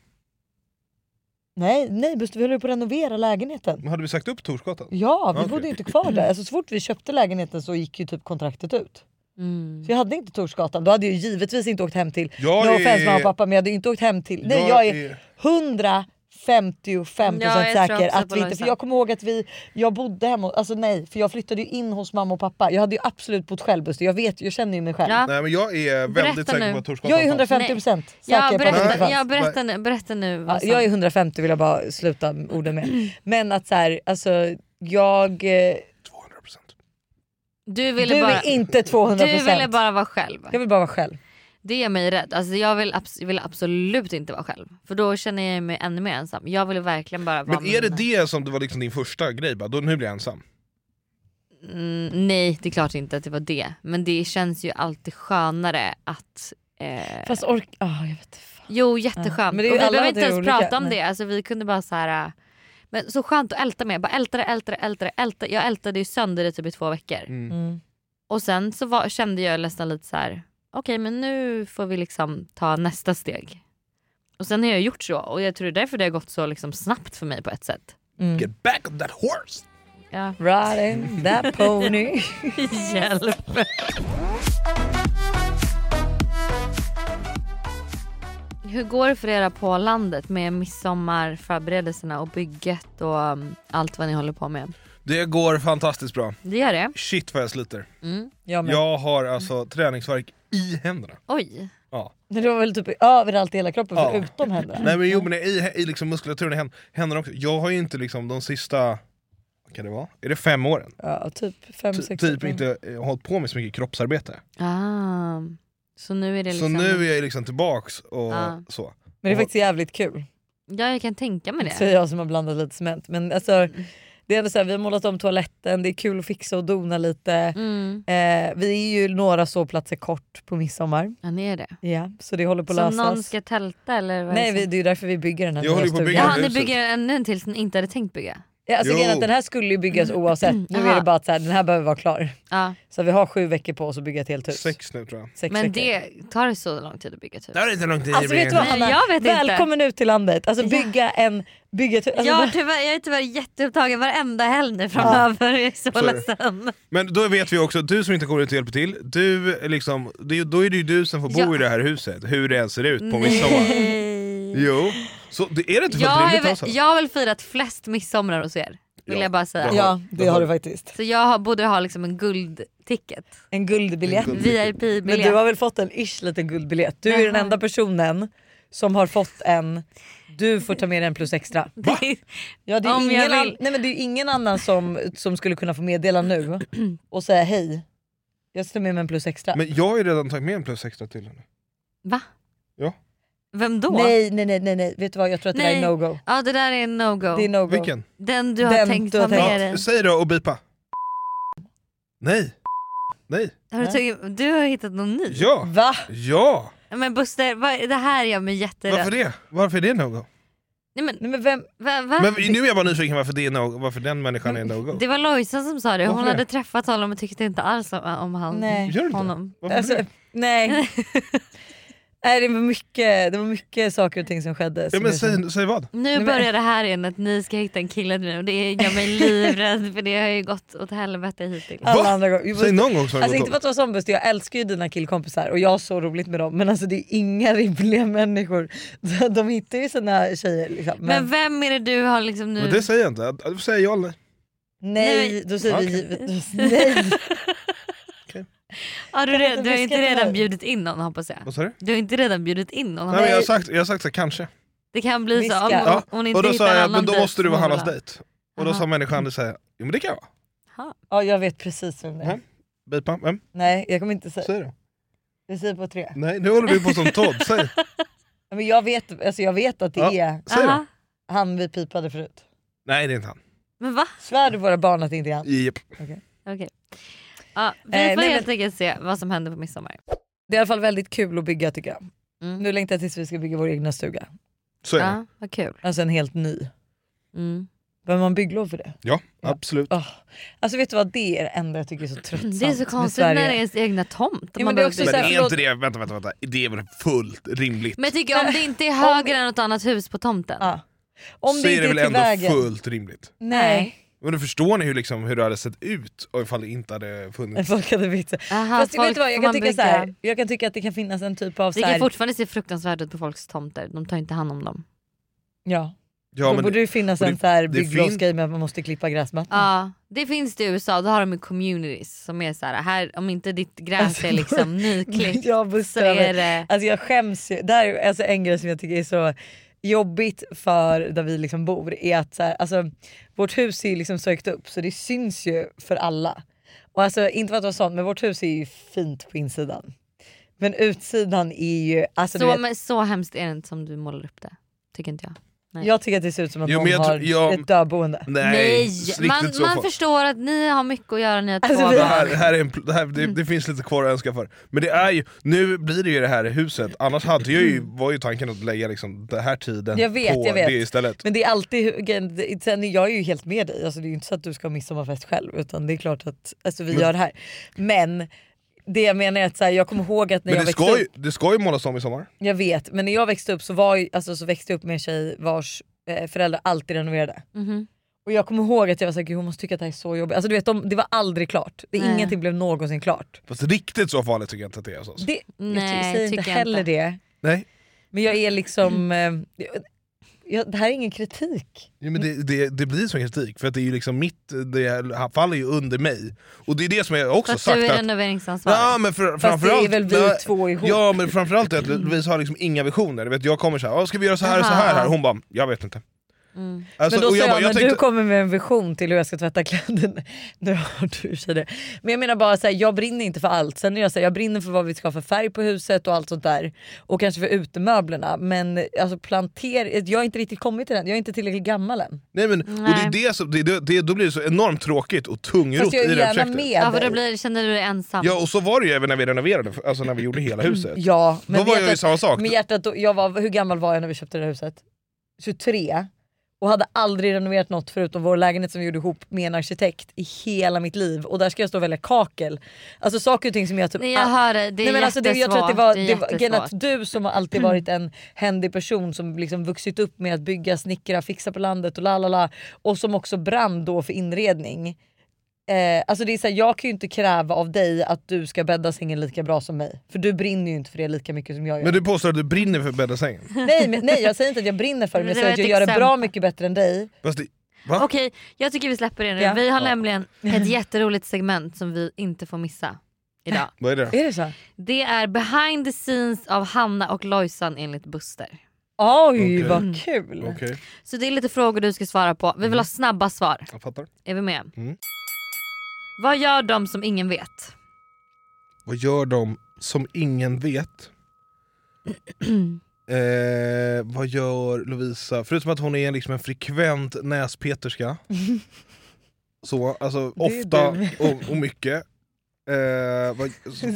Nej, nej, just vi höll ju på att renovera lägenheten. Men hade vi sagt upp Torsgatan? Ja, vi Okej. bodde ju inte kvar där. Alltså, så fort vi köpte lägenheten så gick ju typ kontraktet ut. Mm. Så jag hade inte Torsgatan. Då hade jag givetvis inte åkt hem till, Jag no är- offense mamma och pappa, men jag hade inte åkt hem till. Nej, jag är hundrafemtiofem procent Ja, jag tror säker också att på vi inte, Lojsan. för jag kommer ihåg att vi, jag bodde hemma, alltså nej, för jag flyttade ju in hos mamma och pappa. Jag hade ju absolut bott själv, Buster. Jag vet, jag känner ju mig själv. Ja. Nej men jag är Berätta väldigt säker nu. på att Torsgatan Jag är fanns. hundrafemtio procent säker Ja, på att det inte berätta, fanns. ja, berätta, nu, berätta nu vad Ja, som- jag är hundrafemtio, vill jag bara sluta orden med. Men att så här, alltså jag... eh, tvåhundra procent. Du ville Du bara, är inte tvåhundra du procent. ville bara vara själv. Jag vill bara vara själv. Det gör mig rädd. Alltså jag vill, abs- jag vill absolut inte vara själv. För då känner jag mig ännu mer ensam. Jag vill verkligen bara vara Men är det med- det som det var liksom din första grej? Bara, då, nu blir jag ensam. Mm, nej, det är klart inte att det var det. Men det känns ju alltid skönare att... Eh... Fast ork... Ah, jag vet inte fan. Jo, jätteskönt. Ja, men det är ju och vi alla behöver hade inte ju ens olika, prata om nej. det. Alltså, vi kunde bara så här. äh, Men så skönt att älta med. Bara älta det, älta det, älta det, älta. Jag ältade ju sönder det typ i två veckor. Mm. Mm. Och sen så var, kände jag nästan lite så här. Okej, men nu får vi liksom ta nästa steg. Och sen har jag gjort så. Och jag tror det är därför det har gått så liksom snabbt för mig på ett sätt. Mm. Get back on that horse! Ja. Riding that pony. Hjälp. Hur går det för er på landet med midsommarförberedelserna och bygget och um, allt vad ni håller på med? Det går fantastiskt bra. Det gör det? Shit vad jag sliter. Mm. Jag med. Jag har alltså träningsvärk i händerna. Oj. Ja. Det var väl typ överallt i hela kroppen Ja. förutom händerna. Nej men jo men i, i liksom muskulaturen i hän- händerna också. Jag har ju inte liksom de sista, vad kan det vara? Är det fem åren? Ja, typ fem, Ty- sex typ år. inte eh, hållit på med så mycket kroppsarbete. Ah. Så nu är det liksom... Så nu är jag liksom tillbaks och Ja. så. Men det är faktiskt jävligt kul. Ja, jag kan tänka mig det. Säger jag som har blandat lite cement. Men alltså, det är ändå så här, vi har målat om toaletten, det är kul att fixa och dona lite. Mm. Eh, vi är ju några sovplatser kort på midsommar. Ja, ni är det. Ja, så det håller på att Så lösas. någon ska tälta eller vad är Nej, det vi, som- det är ju därför vi bygger den här Jag håller nya ju på att stugan. bygga Jaha, ni huset. bygger ännu en till som ni inte hade tänkt bygga. Ja, alltså, Jo. grejen är att den här skulle ju byggas oavsett. Nu är Aha. det bara att så här, den här behöver vara klar. Ja. Så vi har sju veckor på oss att bygga ett helt hus. Sex nu tror jag. Sex Men veckor. det tar det så lång tid att bygga ett hus? Det är inte lång tid. Alltså vet du vad Nej, Hanna? jag vet inte. Välkommen ut till landet. Alltså bygga en... Bygga ett, alltså, Ja, tyvärr, jag är tyvärr jätteupptagen varenda helg nu framöver. Jag är så, Så är det. ledsen. Men då vet vi också, du som inte kommer ut och hjälper till, du är liksom, det, är- då är det ju du som får bo Ja. i det här huset, hur det än ser ut på midsommar. Nej. Jo, Så det är det inte fullt Jag, rimligt är, alltså? jag har väl firat flest midsommar hos er. Vill Ja. jag bara säga. Jaha. Ja, det har du faktiskt. Så jag har, borde ha liksom en guldticket. En guldbiljett. En guld- V I P-biljett. Men du har väl fått en ish liten guldbiljett. Du är Jaha. den enda personen som har fått en. Du får ta med en plus extra. Va? Ja, det är Om jag ingen, an- vill. nej, men det är ingen annan som, som skulle kunna få meddela nu och säga hej. Jag ska ta med mig en plus extra. Men jag har ju redan tagit med en plus extra till henne. Va? Ja. Vem då? Nej, nej, nej, nej, nej. Vet du vad? Jag tror att det Nej. där är no-go. Ja, det där är en no-go. Det är no-go. Vilken? Den du har Den tänkt du har ta med tänkt. dig. Ja, säg då och bipa. Nej. Nej. Har du, tagit, du har hittat någon ny? Ja. Va? Ja. Men Buster, vad, det här gör mig jätterädd. Varför det? Varför är det no-go? Nej, men, Nej, men vem? va, va? Men nu är jag bara nyfiken varför, det är no, varför den människan är no-go. Det var Lojsan som sa det. Hon Varför det? hade träffat honom och tyckte inte alls om, om han, Nej. Gör du inte? honom. Varför Alltså, det? nej. nej, det var mycket, det var mycket saker och ting som skedde. Ja, som men jag- säg, säg vad? Nu men- börjar det här igen att ni ska hitta en kille nu och det gör mig livrädd för det har ju gått åt helvete hittills. Alla Va? andra gånger. Vi Säg måste- någon gång som har Alltså gått inte för att vara sån Buster, jag älskar ju dina killkompisar och jag har så roligt med dem, men alltså det är inga rimliga människor. De hittar ju sina tjejer liksom. Men Men, vem är det du har liksom nu? Men det säger jag inte. Du får säga ja eller nej. nej, då säger vi Okej. givetvis nej. Har du, Kan vi re- inte du har inte viska till redan mig? bjudit in någon hoppas jag. Vad sa du? Du har inte redan bjudit in någon. Nej, men jag har hoppas jag. sagt, jag har sagt så här, kanske. Det kan bli Viska. så om Ja. hon inte Och då hittar sa en jag, annan men då dejt måste du som vara hon Hannas vill ha. dejt. Och då Aha. sa människan det säger, jo men det kan jag vara. Aha. Ja, jag vet precis vem det är. Nej. Bipa, vem? Nej, jag kommer inte säga. Säg då. Jag säger på tre. Nej, nu håller du på som Todd, säg. Men jag vet, alltså jag vet att det Ja. är Säg då. Aha. han vi pipade förut. Nej det är inte han. Men va? Svär du våra barn att det inte är han? Japp. Okej. Ja, vi Eh, får nej, helt enkelt se vad som händer på midsommar. Det är i alla fall väldigt kul att bygga tycker jag. Mm. Nu längtar jag tills vi ska bygga vår egna stuga. Så är det. Ja, vad kul. Alltså en helt ny. Mm. Behöver man bygglov för det? Ja, absolut. Oh. Alltså vet du vad, det är det enda jag tycker är så tröttsamt Det är så med konstigt när Sverige. det är ens egna tomt. men Man det är behöver också bygga. Men så här, är förlåt. inte det, vänta vänta vänta, det är väl fullt rimligt? Men jag tycker om det inte är högre än något annat hus på tomten. Ja. Om så det är inte det är väl till ändå vägen. fullt rimligt? Nej. Men då förstår ni hur, liksom, hur det hade sett ut ifall det inte hade funnits. Folk hade byggt så. Aha, Fast folk vet du vad, jag får kan man tycka bygga. så här, jag kan tycka att det kan finnas en typ av Det så kan här, fortfarande se fruktansvärt ut på folks tomter. De tar inte hand om dem. ja. Ja, Då men borde det finnas och det- en så här det bygglovsgrej med att man måste klippa gräsmattan. Ja, det finns det i U S A. Då har de ju communities som är så här, här om inte ditt gräs är liksom nyklippt Jag så bussar är det... Alltså jag skäms ju. Det här är alltså en grej som jag tycker är så jobbigt för där vi liksom bor. Är att så här, alltså, vårt hus är ju liksom så högt upp så det syns ju för alla. Och alltså, inte för att vara sånt, men vårt hus är ju fint på insidan. Men utsidan är ju... Alltså, du Så, vet, men, så hemskt är det inte som du målar upp det. Tycker inte jag. Nej. jag tycker att det ser ut som att Jo, någon men jag har tror- jag- ett dödboende. Nej, Nej, riktigt man, så man far. förstår att ni har mycket att göra ni har Alltså, två vi- Det, barn. här, det, här är en, pl- det, här, det, det finns lite kvar att önska för. Men det är ju, nu blir det ju det här huset. Annars hade jag ju, var ju tanken att lägga liksom den här tiden Jag vet, på jag vet. det istället. Men det är alltid, det- sen jag är ju helt med dig, alltså det är ju inte så att du ska ha midsommarfest själv utan det är klart att alltså, vi Men- gör det här. Men det jag menar är att så här, jag kommer ihåg att när Men jag det växte ska, ju, upp, det ska ju målas om i sommar. jag vet, men när jag växte upp så, var ju, alltså, så växte jag upp med en tjej vars eh, föräldrar alltid renoverade. Mhm. Och jag kommer ihåg att jag var såhär, hon måste tycka att det här är så jobbigt. Alltså du vet, de, det var aldrig klart. Det, Nej. ingenting blev någonsin klart. Fast riktigt så farligt tycker jag inte att det är hos oss. Det, Nej, jag säger inte tycker jag heller inte. det. Nej. Men jag är liksom, eh, jag, det här är ingen kritik. Ja, men det, det, det blir som kritik, för att det är ju liksom mitt, det han faller ju under mig. Och det är det som jag För också att sagt du är att... renoveringsansvarig. Ja men för, Fast det framförallt... är väl vi Nej, två ihop. Ja men framförallt är att Louise har liksom inga visioner. Du vet, jag kommer såhär, ska vi göra så här och så här? här? Hon bara, jag vet inte. Mm. Alltså, Men då och säger jag jag, bara, jag men tänkte, du kommer med en vision till hur jag ska tvätta kläderna. Nu har du i sig det. Men jag menar bara så här, jag brinner inte för allt. Sen är jag så här, jag brinner för vad vi ska ha för färg på huset och allt sånt där. Och kanske för utemöblerna. Men alltså planter, jag har inte riktigt kommit till den. Jag är inte tillräckligt gammal än. nej, men, och det är Nej. det som, det, det, det, då blir det så enormt tråkigt och tungrot Fast jag i är det här gärna projektet. med Ja, för dig. då blir, känner du dig ensam. Ja och så var det ju även när vi renoverade, alltså när vi gjorde hela huset. Ja, men Då var jag ju hjärtat- samma sak. Med hjärtat, då- jag var, hur gammal var jag när vi köpte det här huset? tjugotre. Och hade aldrig renoverat något förutom vår lägenhet som vi gjorde ihop med en arkitekt i hela mitt liv. Och där ska jag stå och välja kakel. Alltså saker och ting som jag typ... Nej, jag hör det, det är Nej, men alltså, det, jättesvårt. jag tror att det var, det är det var grejen jättesvårt. att du som har alltid varit en händig person som liksom vuxit upp med att bygga, snickra, fixa på landet och la la la. Och som också brann då för inredning. Eh, alltså det är så här, jag kan ju inte kräva av dig att du ska bädda sängen lika bra som mig. För du brinner ju inte för det lika mycket som jag gör. Men du påstår att du brinner för bädda sängen? nej, men, nej jag säger inte att jag brinner för det, men jag säger att jag gör det bra mycket bättre än dig. Fast det, va? Okej, jag tycker vi släpper det nu. Ja. Vi har Ja. nämligen ett jätteroligt segment som vi inte får missa idag. Vad är det? Är det så? Det är behind the scenes av Hanna och Lojsan enligt Buster. Oj, Okej. vad kul. Okej, Så det är lite frågor du ska svara på. Vi vill ha snabba svar. jag fattar. Är vi med? Mm. Vad gör de som ingen vet? Vad gör de som ingen vet? eh, vad gör Lovisa? Förutom att hon är liksom en frekvent näspeterska. Så, alltså Det är ofta du. och, och mycket. Eh, vad,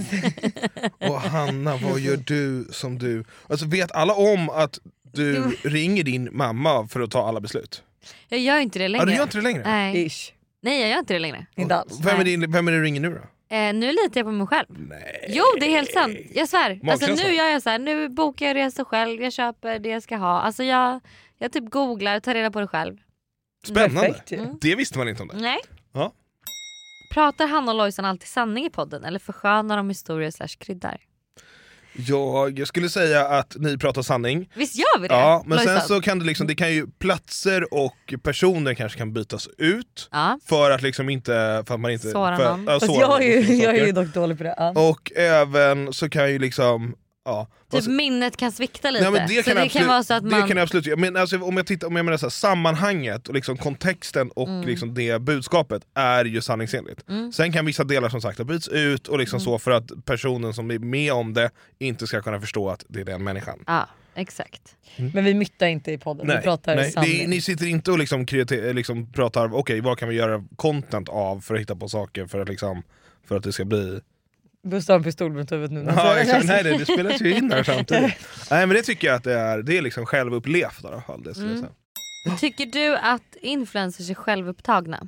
och Hanna, vad gör du som du... Alltså vet alla om att du ringer din mamma för att ta alla beslut? Jag gör inte det längre. Ja, du gör inte det längre? Nej. Ish. Nej, jag gör inte det längre. Inte alls. Vem är, din, vem är det du ringer nu då? Eh, nu litar jag på mig själv. Nej. Jo, det är helt sant. Jag svär. Alltså, Magkänsla. nu gör jag så här. Nu bokar jag resor själv. Jag köper det jag ska ha. Alltså, jag, jag typ googlar och tar reda på det själv. Spännande. Perfekt ju. Mm. Det visste man inte om det. Nej. Ja. Pratar Hanna och Lojsan alltid sanning i podden? Eller förskönar de historier slash kryddar? Jag, jag skulle säga att ni pratar sanning. Visst gör vi det? Ja, men sen Lojsan? så kan det liksom, det kan ju platser och personer kanske kan bytas ut Ja. för att liksom inte, för att man inte Såra för, någon. ja, Fast såra jag är, ju, någon, jag är saker. ju dock dålig på det. Ja. Och även så kan ju liksom, ja. Typ Alltså, minnet kan svikta lite. nej, men det så kan det absolut, kan vara så att man... det kan jag absolut, men alltså, om jag tittar, om jag menar så här, sammanhanget och liksom kontexten och Mm. liksom det budskapet är ju sanningsenligt. Mm. Sen kan vissa delar som sagt ha byts ut och liksom så för att personen som är med om det inte ska kunna förstå att det är den människan. Ja, exakt. Men vi myttar inte i podden, vi pratar nej. sanning. Det, ni sitter inte och liksom, kreati- liksom pratar, okej okay, vad kan vi göra content av för att hitta på saker för att, liksom, för att det ska bli... Buster har en pistol mot huvudet nu. Ja, exakt. Nej, det, det spelas ju in här samtidigt. Nej, men det tycker jag att det är, det är liksom självupplevt i alla fall. Det skulle jag Mm. säga. Tycker du att influencers är självupptagna?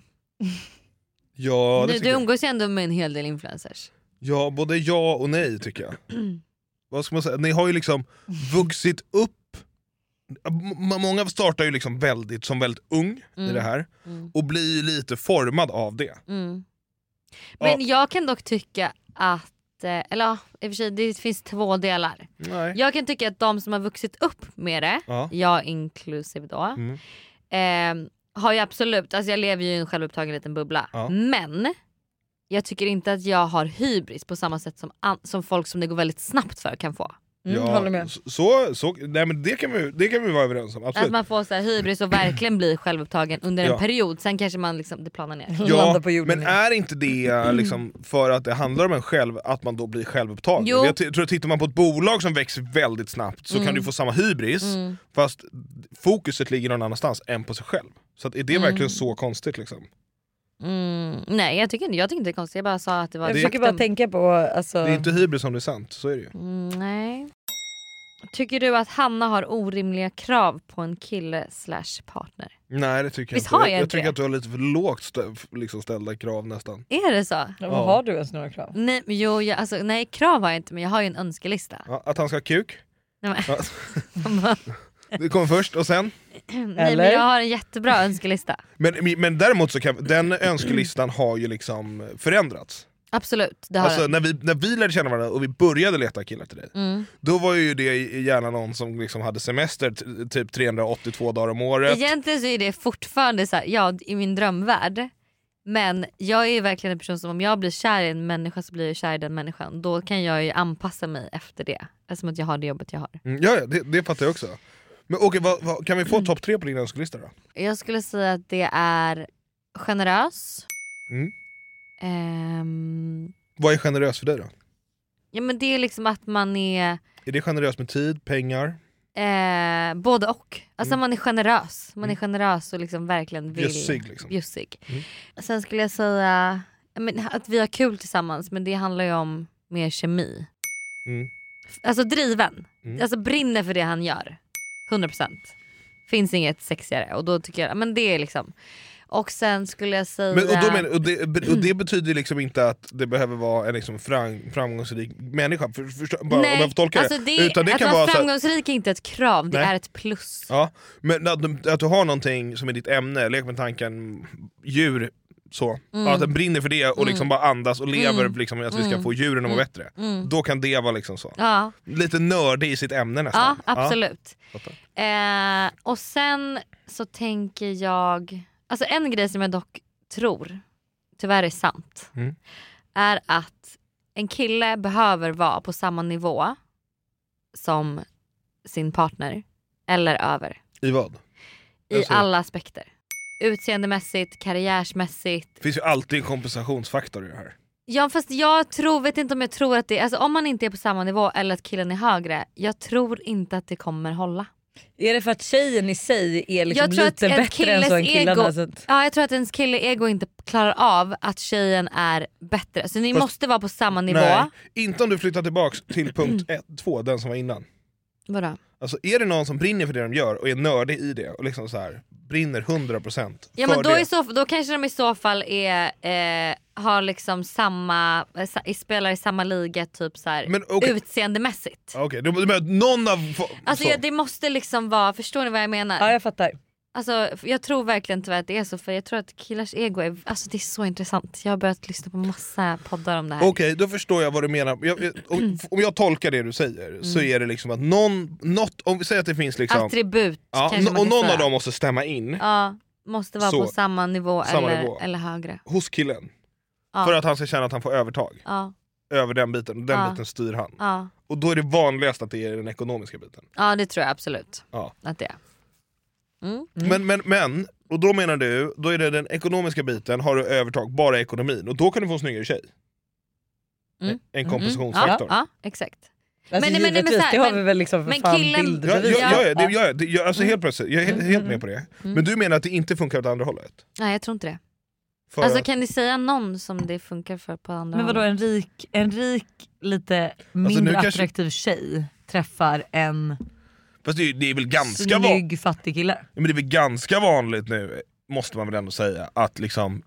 Ja, det du, tycker du jag. umgås ju ändå med en hel del influencers. Ja, både ja och nej tycker jag. Vad ska man säga? Ni har ju liksom vuxit upp. M- många startar ju liksom väldigt, som väldigt ung Mm. i det här Mm. och blir ju lite formad av det. Mm. Men Ja. jag kan dock tycka att, eh, eller ja, i och för sig det finns två delar. Nej. Jag kan tycka att de som har vuxit upp med det, Ja. jag inklusive då, Mm. eh, har ju absolut, alltså jag lever ju i en självupptagen liten bubbla. Ja. Men jag tycker inte att jag har hybris på samma sätt som, an- som folk som det går väldigt snabbt för kan få. Mm, Ja, håller med. Så, så, nej, men det, kan vi, det kan vi vara överens om, absolut. Att man får så här hybris och verkligen blir självupptagen under en Ja. period, sen kanske man liksom, det planar ner. Ja, Landa på jorden men igen. är inte det liksom för att det handlar om en själv att man då blir självupptagen? Jo. Jag t- tror att tittar man på ett bolag som växer väldigt snabbt så Mm. kan du få samma hybris Mm. fast fokuset ligger någon annanstans än på sig själv. Så att är det Mm. verkligen så konstigt liksom? Mm, nej jag tycker, inte, jag tycker inte det är konstigt, jag bara sa att det var Jag ett försöker faktum. bara tänka på... Alltså... Det är inte hybris om det är sant, så är det ju. Mm, nej. Tycker du att Hanna har orimliga krav på en kille slash partner? Nej det tycker jag Visst inte. har Jag, jag jag inte tycker det? att du har lite för lågt stä- liksom ställda krav nästan. Är det så? Ja, Ja. vad har du ens några krav? Nej, men jo, jag, alltså, nej krav har jag inte men jag har ju en önskelista. Ja, att han ska ha kuk, Nej, men, ja. Det kommer först och sen. nej men Eller? jag har en jättebra önskelista. Men, men däremot så kan den önskelistan har ju liksom förändrats. Absolut, det har Alltså den. när vi, när vi lärde känna varandra och vi började leta killar till dig, Mm. då var ju det gärna någon som liksom hade semester t- typ trehundraåttiotvå dagar om året. Egentligen så är det fortfarande så här, ja, i min drömvärld. Men jag är verkligen en person som om jag blir kär i en människa så blir jag kär i den människan. Då kan jag ju anpassa mig efter det. Eftersom att jag har det jobbet jag har. Mm, ja, ja det, det fattar jag också. Men okej, vad, vad, kan vi få topp tre på din önskelista då? Jag skulle säga att det är generös. Mm. Ehm, Vad är generös för dig då? ja men det är liksom att man är Är det generös med tid, pengar? eh, både och. Alltså Mm. man är generös. Man är Mm. generös och liksom verkligen vill. Bjussig liksom. Bjussig. Mm. Sen skulle jag säga ja, men, att vi har kul tillsammans men det handlar ju om mer kemi. Mm. Alltså driven. Mm. Alltså brinner för det han gör. hundra procent. Finns inget sexigare och då tycker jag men det är liksom. Och sen skulle jag säga Men, och, då men, och, det, och det betyder liksom inte att det behöver vara en liksom fram, framgångsrik människa, för, för, bara, nej, om jag får tolka alltså det. det. Utan det att kan vara vara så här, framgångsrik är inte ett krav, det Nej. är ett plus. ja, men att, du- att du har någonting som är ditt ämne, lek med tanken djur, så. Mm. Att den brinner för det och liksom Mm. bara andas och lever Mm. liksom, att vi ska Mm. få djuren att må Mm. bättre. Mm. Då kan det vara liksom så. Ja. Lite nördig i sitt ämne Ja, nästan. absolut. Ja. Eh, och sen så tänker jag, alltså en grej som jag dock tror, tyvärr är sant, Mm. är att en kille behöver vara på samma nivå som sin partner, eller över. I vad? I Alltså- alla aspekter. Utseendemässigt, karriärsmässigt. Det finns ju alltid en kompensationsfaktor i det här. Ja, fast jag tror, vet inte om jag tror att det, alltså om man inte är på samma nivå eller att killen är högre, jag tror inte att det kommer hålla. Är det för att tjejen i sig är liksom Jag tror lite att en bättre än så än killes killarna? ego- Så att... Ja, jag tror att ens kille ego inte klarar av att tjejen är bättre. Så ni Fast- måste vara på samma nivå. Nej, inte om du flyttar tillbaks till punkt ett, två, den som var innan. Vadå? Alltså är det någon som brinner för det de gör och är nördig i det och liksom så här brinner hundra procent Ja, för men då, det. i så, då kanske de i så fall är, eh, har liksom samma, eh, sa- spelar i samma liga typ så här, Men, okej. utseendemässigt. Okej, du menar att någon av... Alltså så. ja, det måste liksom vara, förstår ni vad jag menar? Ja, jag fattar. Alltså, jag tror verkligen tyvärr att det är så, för jag tror att killars ego är, alltså det är så intressant. Jag har börjat lyssna på massa poddar om det här. Okej, då förstår jag vad du menar. Jag, jag, om, om jag tolkar det du säger Mm. så är det liksom att någon, något, om vi säger att det finns liksom... Attribut ja, kanske man och kan någon säga. av dem måste stämma in Ja, måste vara Så. på samma nivå, Samma eller, nivå. eller högre. hos killen. Ja. För att han ska känna att han får övertag Ja, över den biten, den Ja. biten styr han. ja. Och då är det vanligast att det är den ekonomiska biten. ja, det tror jag absolut Ja. att det är. Mm. Men, men, men, och då menar du, då är det den ekonomiska biten, har du övertag bara i ekonomin, och då kan du få en snyggare tjej. Mm. En kompensationsfaktor. Ja, ja, exakt. Alltså, Men- men- men givetvis, så här, det har men- vi väl liksom för men fan killen- Ja, bildbevis. ja, Ja. ja, det, ja, det, jag, alltså helt plötsligt, jag är helt, helt med på det. Men du menar att det inte funkar åt andra hållet? Nej, jag tror inte det. För Alltså att, kan ni säga någon som det funkar för på andra Men vadå, hållet? en rik, en rik lite mindre Alltså, nu kanske- attraktiv tjej träffar en fast det, är- det är väl ganska va- snygg fattig kille? men det är väl ganska vanligt nu, måste man väl ändå säga, att liksom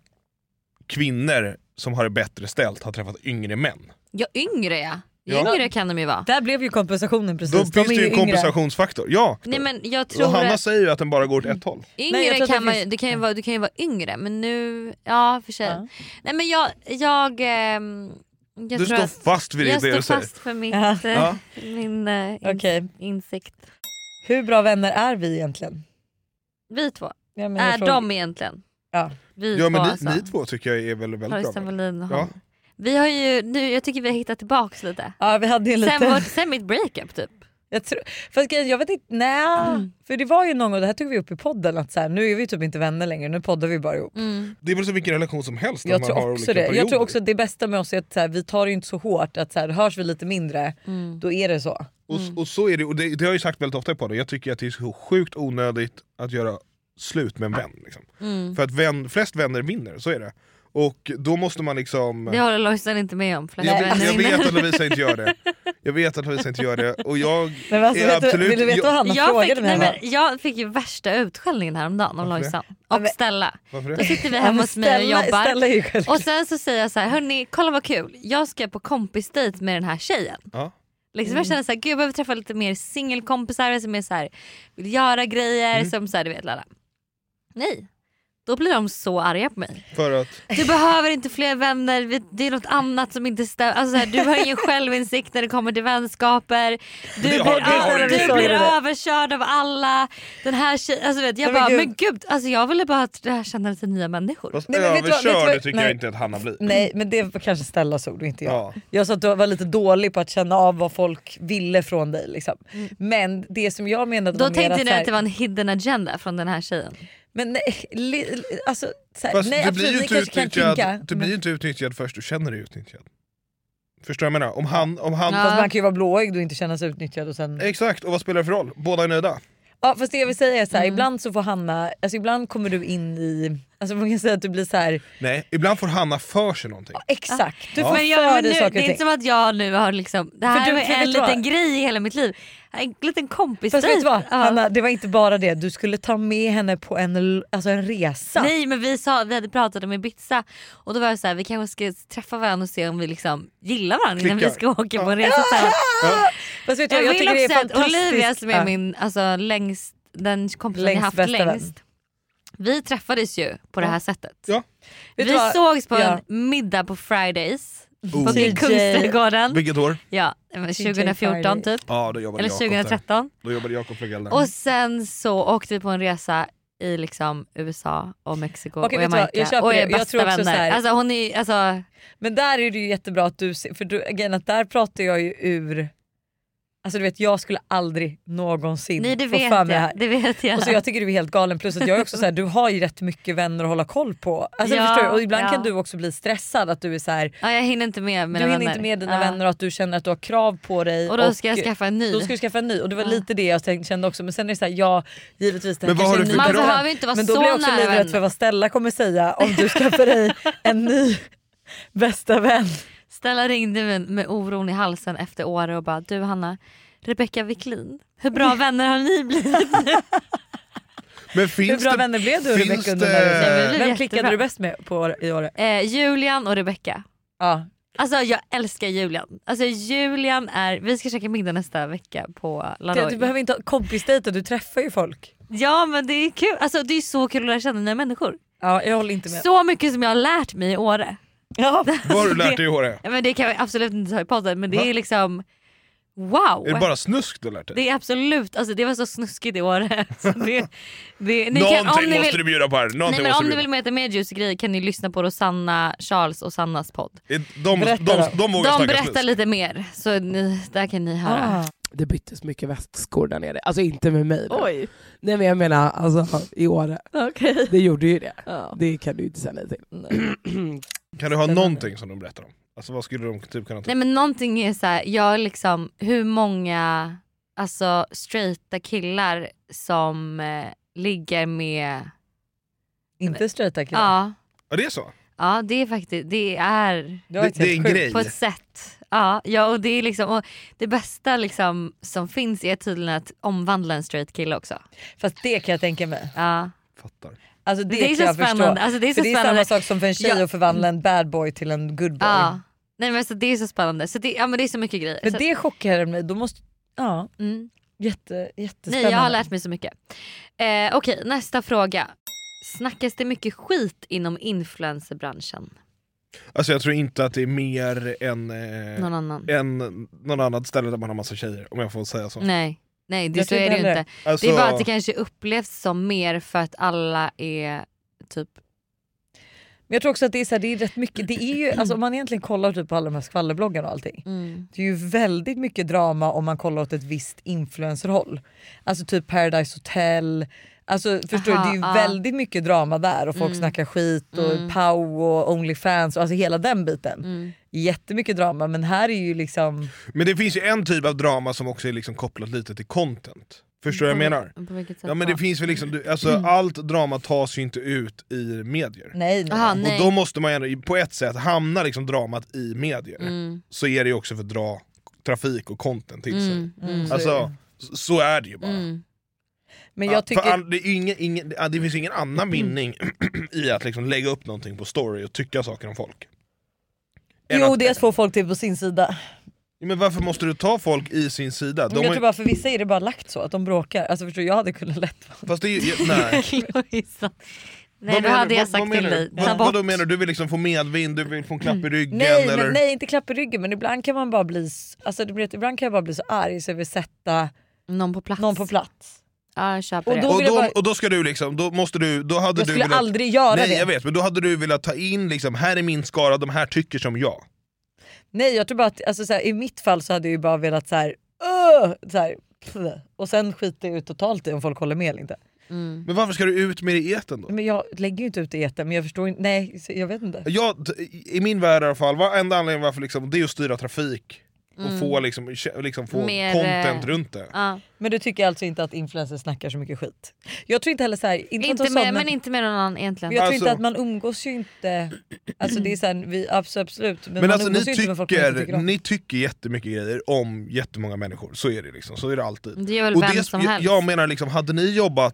kvinnor som har det bättre ställt har träffat yngre män. Ja, yngre ja. Ja. Yngre kan de ju vara. Där blev ju kompensationen precis. Då De finns är det ju en yngre. kompensationsfaktor. Ja. Nej, men jag Och tror Hanna att säger ju att den bara går åt ett håll. yngre Nej, jag tror att kan det man, finns- det kan ju vara, du kan ju vara yngre, men nu, ja för sig. Ja. Nej men jag, jag, ehm, jag Du tror står att fast vid det, jag det står du säger. fast för mitt, Ja. eh, Ja. min eh, in, Okej. insikt. Hur bra vänner är vi egentligen? Vi två, Ja, men jag är frågar- de egentligen? Ja. Vi Ja två men ni, alltså. ni två tycker jag är väldigt, väldigt Parisa bra. Wallin och Ja. hon. Vi har ju, nu, jag tycker vi har hittat tillbaks lite. Ja, vi hade ju lite... Sen, vårt, sen mitt breakup typ. Jag, tror, fast grejen, jag vet inte, nej. Mm. För det var ju någon gång, det här tog vi upp i podden, att så här, nu är vi typ inte vänner längre, nu poddar vi bara ihop. Mm. Det är väl som vilken relation som helst. att Jag man tror har också olika det. Jag perioder. tror också att det bästa med oss är att så här, vi tar det inte så hårt, att så här, hörs vi lite mindre, Mm. då är det så. Och, och så är det, och det, det har jag ju sagt väldigt ofta på det. Jag tycker att det är så sjukt onödigt att göra slut med en vän. Liksom. Mm. För att vän, flest vänner vinner, så är det. Och då måste man liksom... Det håller Lojsan inte med om. Flest Jag, vänner jag vinner. vet att Lovisa inte gör det. Jag vet att Lovisa inte gör det. Och jag Nej, men alltså, är vet du, absolut... vill du veta vad jag, Hanna jag, frågade fick, mig? nej, Hanna? men jag fick ju värsta utskällningen häromdagen av Varför det? Lojsan Ja, och men- Stella. varför Då det? sitter vi Ja, hemma men hos mig och Stella- jobbar. Stella är ju självklart. Och sen så säger jag så här: hörni, kolla vad kul. Jag ska på kompisdejt med den här tjejen. Ja. Liksom jag känner så här, gud jag behöver träffa lite mer singelkompisar som är så här, vill göra grejer Mm. som så här, du vet lalla. Nej. Då blir de så arga på mig. För att... Du behöver inte fler vänner, vi- det är något annat som inte stämmer. Alltså, så här, du har ingen självinsikt när det kommer till vänskaper. Du Det blir, har- det har du du blir visst. överkörd av alla. Den här tjejen, alltså, vet, jag Nej, men bara, gud. men gud, alltså, jag ville bara att det här kände lite nya människor. Fast Nej, men vet du vad- vet du överkörd vad- tycker nej. jag inte att Hanna blir. Nej, men det var kanske Stellas ord och inte jag. Ja. Jag sa att du var lite dålig på att känna av vad folk ville från dig. Liksom. Men det som jag menade Då var mer tänkte att, ni så här, att det var en hidden agenda från den här tjejen. Men nej, li, li- alltså, så här, Fast nej du blir absolut, ju ni inte kanske kan utnyttjad, kinka. du blir ju inte utnyttjad först du känner dig utnyttjad. Förstår du vad jag menar? Om han, om han, Ja. Fast man kan ju vara blåögd och inte känna sig utnyttjad. Och sen... Exakt, och vad spelar det för roll? Båda är nöjda. Ja, fast det jag vill säga är så här, Mm. ibland så får Hanna, alltså ibland kommer du in i, alltså man kan säga att du blir så här, Nej, ibland får Hanna för sig någonting. exakt, du Ja. får Men jag, för men dig nu, saker det och är ting. inte som att jag nu har liksom, det här För du- är för en vet du liten vad? grej i hela mitt liv. En liten kompis. Fast vet du vad, Ja. Hanna, det var inte bara det, du skulle ta med henne på en, alltså en resa. Nej men vi, sa, vi hade pratat om Ibiza och då var jag så här, vi kanske ska träffa varandra och se om vi liksom gillar varandra innan vi Klickar. ska åka på en resa. Så här. Ja. Fast vet du, Jag, jag, vill tycker det är också att fantastiskt. Olivia som är Ja. min, alltså, längst, den kompisen jag Längst haft bästa vän. längst, Vi träffades ju på ja. det här sättet. Ja. Vi sågs på ja. en middag på Fridays. Oh. På Kungsträdgården. Vilket år? Ja, tjugohundrafjorton typ. Ja, då jobbade Eller tjugohundratretton. Då jobbade Jakob Flugell där. Och sen så åkte vi på en resa i liksom U S A och Mexiko Okej, och Jamaica. Jag, jag och är bästa jag tror också vänner. Alltså, hon är, alltså... Men där är det ju jättebra att du ser, för du, again, att där pratar jag ju ur. Alltså du vet, jag skulle aldrig någonsin Nej, det få vet för mig jag, här. Det vet jag. Och så jag tycker du är helt galen. Plus att jag är också så här, du har ju rätt mycket vänner att hålla koll på. Alltså, ja, förstår du? Och ibland ja. kan du också bli stressad att du är så här. Ja, jag hinner inte med mina Du hinner vänner. inte med dina ja. vänner och att du känner att du har krav på dig. Och då ska och, jag skaffa en ny. Då ska du skaffa en ny. Och det var ja. lite det jag kände också. Men sen är det så här, ja givetvis. Det men vad har du för man krav? behöver inte vara men då så blir jag också nära livrädd för vad Stella kommer säga om du skaffar dig en ny bästa vän. Stella ringde med, med oron i halsen efter året och bara, du Hanna, Rebecca Wiklin, hur bra vänner har ni blivit? Men finns hur bra det, vänner blev du Rebecca under det... det? Vem klickade du bäst med på i år? Eh, Julian och Rebecca. Ja. Alltså jag älskar Julian. Alltså Julian är, vi ska käka middag nästa vecka på Laroy. Du, du behöver inte ha kompisdejter, du träffar ju folk. Ja men det är kul, alltså det är så kul att lära känna nya människor. Ja, jag håller inte med. Så mycket som jag har lärt mig i Åre. Ja. Vad har du lärt dig i Åre? Ja, men det kan jag absolut inte ta i podden, men det Va? är liksom wow. Är det bara snusk du har lärt dig? Det är absolut, alltså det var så snuskigt i Åre. Så det, det, ni Någonting kan, om ni måste vill, du bjuda på här. Nej, men om ni vill veta mer juicy grejer kan ni lyssna på Rosanna, Charles och Sannas podd. De, de, de, de, de, vågar de berättar snusk. lite mer, så ni, där kan ni höra. Ah. Det byttes mycket väskor där nere. Alltså inte med mig. Oj. Nej men jag menar alltså i Åre. Okay. Det gjorde ju det. Ja. Det kan du inte säga nej till. Nej. Kan du ha någonting som de berättar om? Alltså vad skulle de typ kunna ta? Nej men någonting är så här, jag liksom hur många alltså straighta killar som eh, ligger med inte straighta killar. Ja. Ja det är så. Ja det är faktiskt det är det, det, det är en grej på ett sätt. Ja, ja och det är liksom och det bästa liksom som finns är tydligen att omvandla en straight kille också. Fast det kan jag tänka mig. Ja. Fattar. Alltså det, det är kan jag så spännande. förstå. Alltså det är, så för det är spännande. samma sak som för en tjej ja. att förvandla en bad boy till en good boy. Ja. Nej men så det är så spännande. Så det, ja, men det är så mycket grejer. Men så det chockar mig. Då måste ja. Mm. Jätte jättespännande. Nej jag har lärt mig så mycket. Eh, Okej, okay, nästa fråga. Snackas det mycket skit inom influencerbranschen? Alltså jag tror inte att det är mer än eh, någon annan än någon annat ställe där man har massa tjejer, om jag får säga så. Nej, nej det så är det ju inte. Alltså... Det är bara att det kanske upplevs som mer för att alla är typ. Men jag tror också att det är så här, det är rätt mycket. Det är ju alltså om man egentligen kollar typ på alla de här skvallerbloggarna och allting. Mm. Det är ju väldigt mycket drama om man kollar åt ett visst influencerhåll. Alltså typ Paradise Hotel. Alltså förstår Aha, du, det är ju ah. väldigt mycket drama där och folk mm. snackar skit och mm. Pau och Onlyfans och alltså hela den biten. Mm. Jättemycket drama, men här är ju liksom. Men det finns ju en typ av drama som också är liksom kopplat lite till content. Förstår du vad jag menar? På vilket sätt ja men det då? finns väl liksom, alltså mm. allt drama tas ju inte ut i medier. Nej, nej. Aha, och nej. då måste man ändå på ett sätt hamna liksom dramat i medier. Mm. Så är det ju också för att dra trafik och content till sig. Mm. Mm. Alltså så, så är det ju bara. Mm. Men jag tycker... För all, det, är ingen, ingen, det finns ingen annan vinning i att liksom lägga upp någonting på story och tycka saker om folk. Jo, det är att få folk till på sin sida. Men varför måste du ta folk i sin sida? De jag är... tror bara för vissa är det bara lagt så att de bråkar. Alltså förstår du, jag hade kunnat lätt. Fast det är ju, nej. Nej, då hade jag sagt till dig. Vad, vad då menar du? Du vill liksom få medvind, du vill få en klapp i ryggen? Nej, eller? Men, nej inte klapp i ryggen, men ibland kan man bara bli alltså, ibland kan jag bara bli så arg så jag vill sätta någon på plats. Någon på plats. Ja, jag köper och, då och, då, bara... och då ska du liksom, då måste du, då hade jag du skulle velat... aldrig göra nej, det. Jag vet, men då hade du velat ta in liksom, här är min skara, de här tycker som jag. Nej, jag tror bara att alltså, så här, i mitt fall så hade jag ju bara velat så här, uh, så här pff, och sen skiter jag ut totalt i om folk håller med eller inte. Mm. Men varför ska du ut med det i eten då? Men jag lägger ju inte ut i eten, men jag förstår inte, nej jag vet inte. Jag, i min värld i alla fall, vad enda anledningen varför liksom, det är att styra trafik. Och mm. få, liksom, liksom få Mer, content runt det. Uh. Men du tycker alltså inte att influencers snackar så mycket skit? Jag tror inte heller så här, inte, inte med, men inte med någon annan egentligen. Jag tror alltså, inte att man umgås ju inte. Alltså det är så här, vi absolut, absolut men, men man alltså, umgås ni ju inte med folk tycker, ni tycker jättemycket grejer om jättemånga människor. Så är det liksom, så är det alltid. Det gör väl och vem det, som jag, helst. jag menar liksom, hade ni jobbat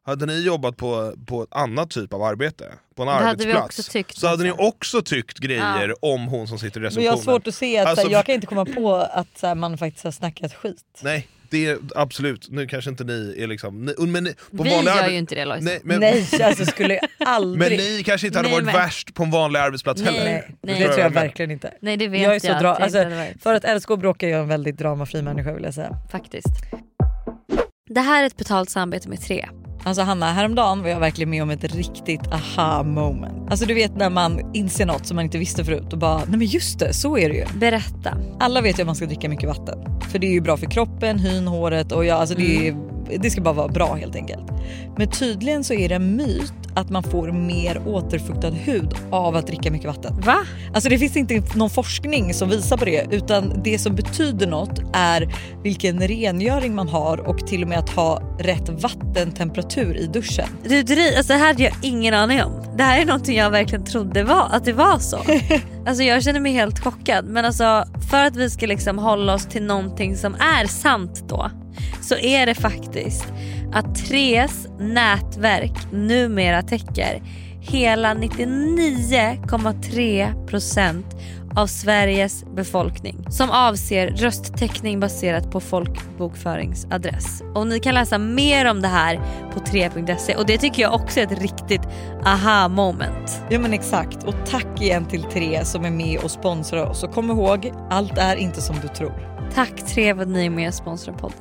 hade ni jobbat på, på ett annat typ av arbete, på en Det hade vi arbetsplats, också tyckt, så hade ni alltså. också tyckt grejer Ja. om hon som sitter i Men receptionen. jag har svårt att se att Alltså, så här, jag kan inte komma på att så här, man faktiskt har snackat skit. Nej, det är absolut. Nu kanske inte ni är liksom... Ni, men ni, på Vi vanliga gör arbe- ju inte det, Lojsan. Nej, men, Nej, alltså skulle jag aldrig. men ni kanske inte hade Nej, varit men- värst på en vanlig arbetsplats Nej, heller. Nej, Nej. det tror jag menar. verkligen inte. Nej, det vet Jag är jag. så att dra- det alltså, inte hade varit. För att älska och bråka är jag en väldigt dramafri människa, vill jag säga. Faktiskt. Det här är ett betalt samarbete med tre. Alltså Hanna, häromdagen var jag verkligen med om ett riktigt aha moment. Alltså du vet när man inser något som man inte visste förut och bara, nej men just det, så är det ju. Berätta. Alla vet ju att man ska dricka mycket vatten. För det är ju bra för kroppen, hyn, håret och ja, alltså det, är, det ska bara vara bra helt enkelt. Men tydligen så är det en myt att man får mer återfuktad hud av att dricka mycket vatten. Va? Alltså det finns inte någon forskning som visar på det, utan det som betyder något är vilken rengöring man har och till och med att ha rätt vattentemperatur i duschen. Du, du, alltså det här hade jag ingen aning om. Det här är någonting jag verkligen trodde var, att det var så. Alltså jag känner mig helt chockad. Men alltså för att vi ska liksom hålla oss till någonting som är sant då, så är det faktiskt att Tres nätverk numera täcker hela nittionio komma tre procent av Sveriges befolkning, som avser rösttäckning baserat på folkbokföringsadress. Och ni kan läsa mer om det här på tre punkt se, och det tycker jag också är ett riktigt aha moment. Ja men exakt, och tack igen till Tre som är med och sponsrar oss. Och kom ihåg, allt är inte som du tror. Tack Tre för att ni är med och sponsrar podden.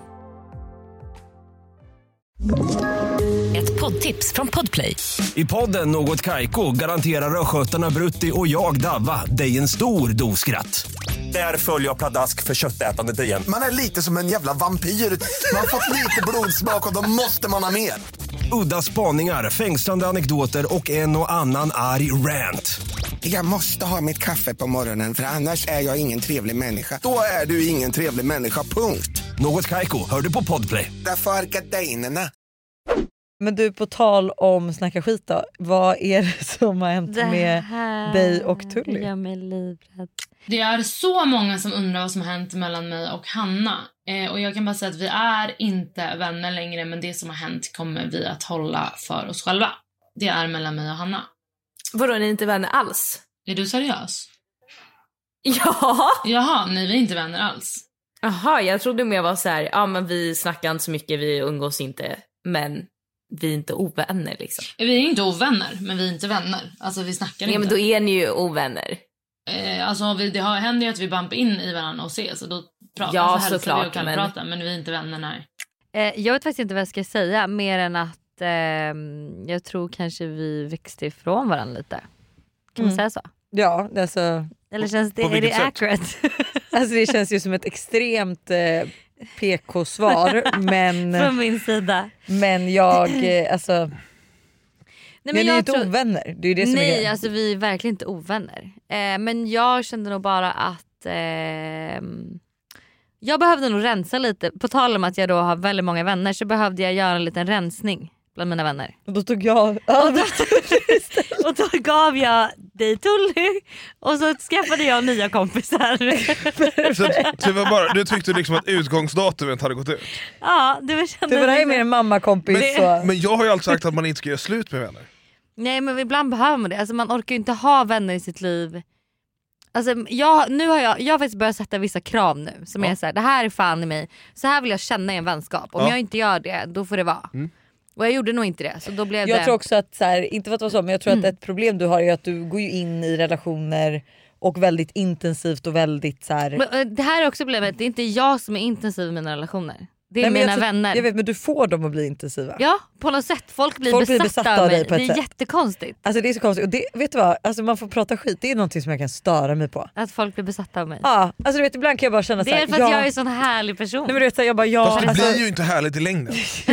Ett poddtips från Podplay. I podden Något Kaiko garanterar östgötarna Brutti och jag Davva dig en stor dos skratt. Där följer jag pladask för köttätandet igen. Man är lite som en jävla vampyr. Man har fått lite blodsmak och då måste man ha mer. Udda spaningar, fängslande anekdoter och en och annan arg rant. Jag måste ha mitt kaffe på morgonen för annars är jag ingen trevlig människa. Då är du ingen trevlig människa, punkt. Något Kaiko, hör du på Podplay. Därför är gardinerna. Men du, på tal om snacka skit då, vad är det som har hänt med dig och Tully? Jag mig livrädd. Det är så många som undrar vad som har hänt mellan mig och Hanna. Eh, och jag kan bara säga att vi är inte vänner längre, men det som har hänt kommer vi att hålla för oss själva. Det är mellan mig och Hanna. Vadå, ni är inte vänner alls? Är du seriös? Ja. Jaha, nej vi är inte vänner alls. Jaha, jag trodde mer var så här, ja men vi snackar inte så mycket, vi umgås inte, men vi är inte ovänner liksom. Vi är inte ovänner, men vi är inte vänner. Alltså vi snackar ja, inte. men då är ni ju ovänner. Eh, alltså vi, det har, händer ju att vi bumpar in i varandra och ses, och då pratar Ja, alltså, hälsar såklart, vi och kan men- prata, men vi är inte vänner, nej. Eh, jag vet faktiskt inte vad jag ska säga, mer än att eh, jag tror kanske vi växte ifrån varandra lite. Kan man Mm. säga så? Ja, alltså, Eller känns det, På är det vilket sätt? accurate? alltså det känns ju som ett extremt eh, P K-svar, men, Från min sida. men jag, eh, alltså, Nej, men men ni är ju jag inte tror... ovänner. Det är ju det som är Nej, grejen. alltså vi är verkligen inte ovänner. Eh, men jag kände nog bara att eh, jag behövde nog rensa lite. På tal om att jag då har väldigt många vänner, så behövde jag göra en liten rensning bland mina vänner. Och då tog jag... Och då, och då gav jag dig Tully, och så skaffade jag nya kompisar. Så, så det var bara, du tyckte liksom att utgångsdatumet hade gått ut. Ja, det var, Det var det här är mer en mammakompis. Men, så. men jag har ju alltid sagt att man inte ska göra slut med vänner. Nej, men ibland behöver man det. Alltså man orkar ju inte ha vänner i sitt liv. Alltså jag, nu har jag, jag har faktiskt börjat sätta vissa krav nu. Som Ja. är så här, det här är fan i mig. Så här vill jag känna i en vänskap. Om Ja. jag inte gör det, då får det vara. Mm. Och jag gjorde nog inte det. Så då blev Jag det... tror också att, så här, inte för att vara så, men jag tror Mm. att ett problem du har är att du går ju in i relationer och väldigt intensivt och väldigt så här. Men, eh, det här är också problemet. Det är inte jag som är intensiv i mina relationer. Det är Nej, men mina jag tror- vänner. Jag vet, men du får dem att bli intensiva. Ja, på något sätt. Folk blir, Folk blir besatta, besatta av av dig mig. på ett Det är sätt. jättekonstigt Alltså det är så konstigt. Och det, vet du vad? Alltså man får prata skit. Det är någonting som jag kan störa mig på. att folk blir besatta av mig. Ja, alltså du vet, ibland kan jag bara känna Det så här, är för att ja, jag är en sån härlig person. Nej men du vet så här, jag bara ja, Fast det alltså, blir ju inte härligt i längden.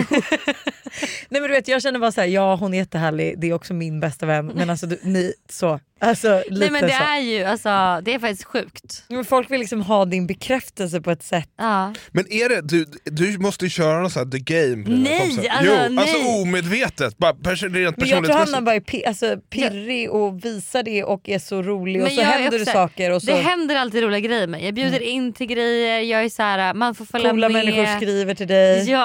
nej men du vet jag känner bara så här, ja hon är jättehärlig, det är också min bästa vän, men alltså du, ni så alltså lite Nej, men det så. är ju alltså, det är faktiskt sjukt. Men folk vill liksom ha din bekräftelse på ett sätt. Ja. Men är det, du, du måste ju köra någon sån här the game på dina Nej, kompisar. alltså, Jo, nej. alltså omedvetet, bara perso- rent Men jag tror personlighetsmässigt. Hanna bara är pi- alltså, pirrig och visar det och är så rolig och Men så jag är händer det också- saker och så Det händer alltid roliga grejer med. Jag bjuder in till grejer, jag är så här, man får följa coola med. människor skriver till dig. Ja,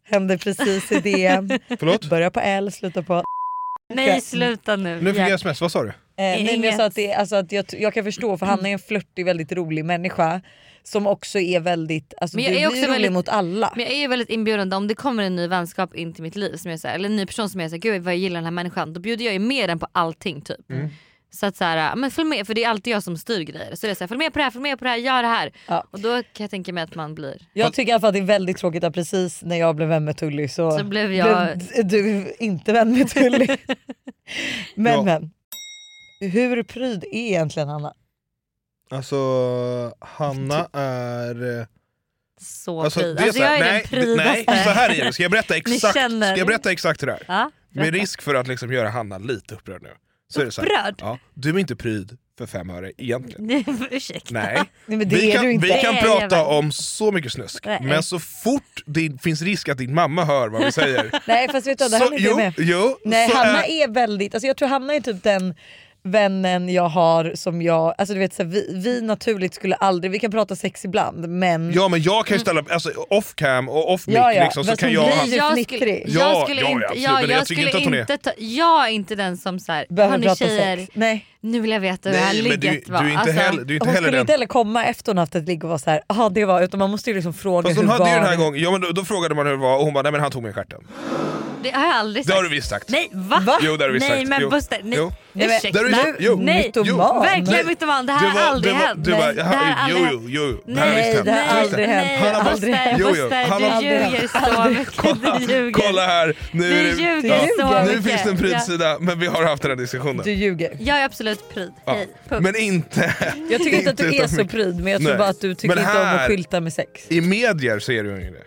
Hände precis i D M. Förlåt? Börja på L, sluta på... Nej, sluta nu. Nu fick jag sms, vad sa du? Eh, nej, men jag sa att, det, alltså att jag, jag kan förstå, för han är en flörtig, väldigt rolig människa som också är väldigt, alltså Men jag du är blir också rolig väldigt- mot alla. Men jag är ju väldigt inbjudande om det kommer en ny vänskap in till mitt liv som jag säger, eller en ny person som jag säger, gud vad jag gillar den här människan, då bjuder jag ju med den på allting typ. Mm. Så att så här, men följ med, för det är alltid jag som styr grejer. Så det är så här, följ med på det här, följ med på det här, gör det här. Ja. Och då kan jag tänka mig att man blir... Jag tycker i alla fall att det är väldigt tråkigt att precis när jag blev vän med Tully så, Så blev jag- blev du inte vän med Tully. men Ja. men, hur pryd är egentligen Hanna? Alltså, Hanna är... Så Alltså, pryd. det är Alltså så här, jag är nej, den prydaste. nej, så här är det. Ska jag berätta Ni exakt, känner- ska jag berätta exakt hur det är? Ja, Med risk för att liksom göra Hanna lite upprörd nu. Så är det så här, Upprörd? ja, du är inte pryd för fem öre egentligen. Ursäkta. Nej, Nej, men det vi är kan, du inte. vi kan Det är jag prata väl. om så mycket snusk. Nej. Men så fort det finns risk att din mamma hör vad vi säger. Nej fast vet du, det här så, är inte jo, med. jo, Nej, så Hanna är, är väldigt, alltså jag tror Hanna är typ den vännen jag har som jag, alltså du vet så här, vi, vi naturligt skulle aldrig, vi kan prata sex ibland men ja men jag kan ju ställa, alltså off cam och off mic Ja, ja, liksom, så fast kan hon jag... blir ju Jag fnittrig. skulle, Ja, jag skulle ja, inte, absolut, ja, men jag jag tycker skulle inte att hon är- inte ta, jag är inte den som så här, behöver hörni prata tjejer, sex. Nej. nu vill jag veta hur det här Nej, men du, ligget du var. är inte Alltså, heller, du är inte Hon heller skulle den. inte heller komma efter hon haft ett ligg och vara så här, ja det var, utan man måste ju liksom fråga Fast hur hon hade ju var den här det? gången, ja, men då, då frågade man hur det var och hon bara, nej men han tog mig i stjärten. det har jag aldrig Det sagt. har du visst sagt. Nej, va? Va? Jo, det har du visst Nej sagt. men Jo. Buster, nej. Jo. Nej, men- Ursäkta. Det har du sagt. Jo. Nej, Mytoman. verkligen mytoman. Det här Du har var- aldrig du var- hänt. du var- Nej, det här har jo, aldrig jo, hänt. jo, det har du Nej, visst hänt. det har Det har du aldrig visst hänt. Nej, Han har bara- Buster, Jo, jo, Buster, han har- du ljuger så mycket. Du ljuger. Kolla här, nu, Du är det- ljuger ja, så nu mycket. finns det en prydsida, men vi har haft den här diskussionen. Du ljuger. Jag är absolut pryd. Ja. Hej, punkt. Men inte... Jag tycker inte att du är utan så mycket. pryd, men jag tror Nej. bara att du tycker Men inte om här- att skylta med sex. I medier så är du ju det.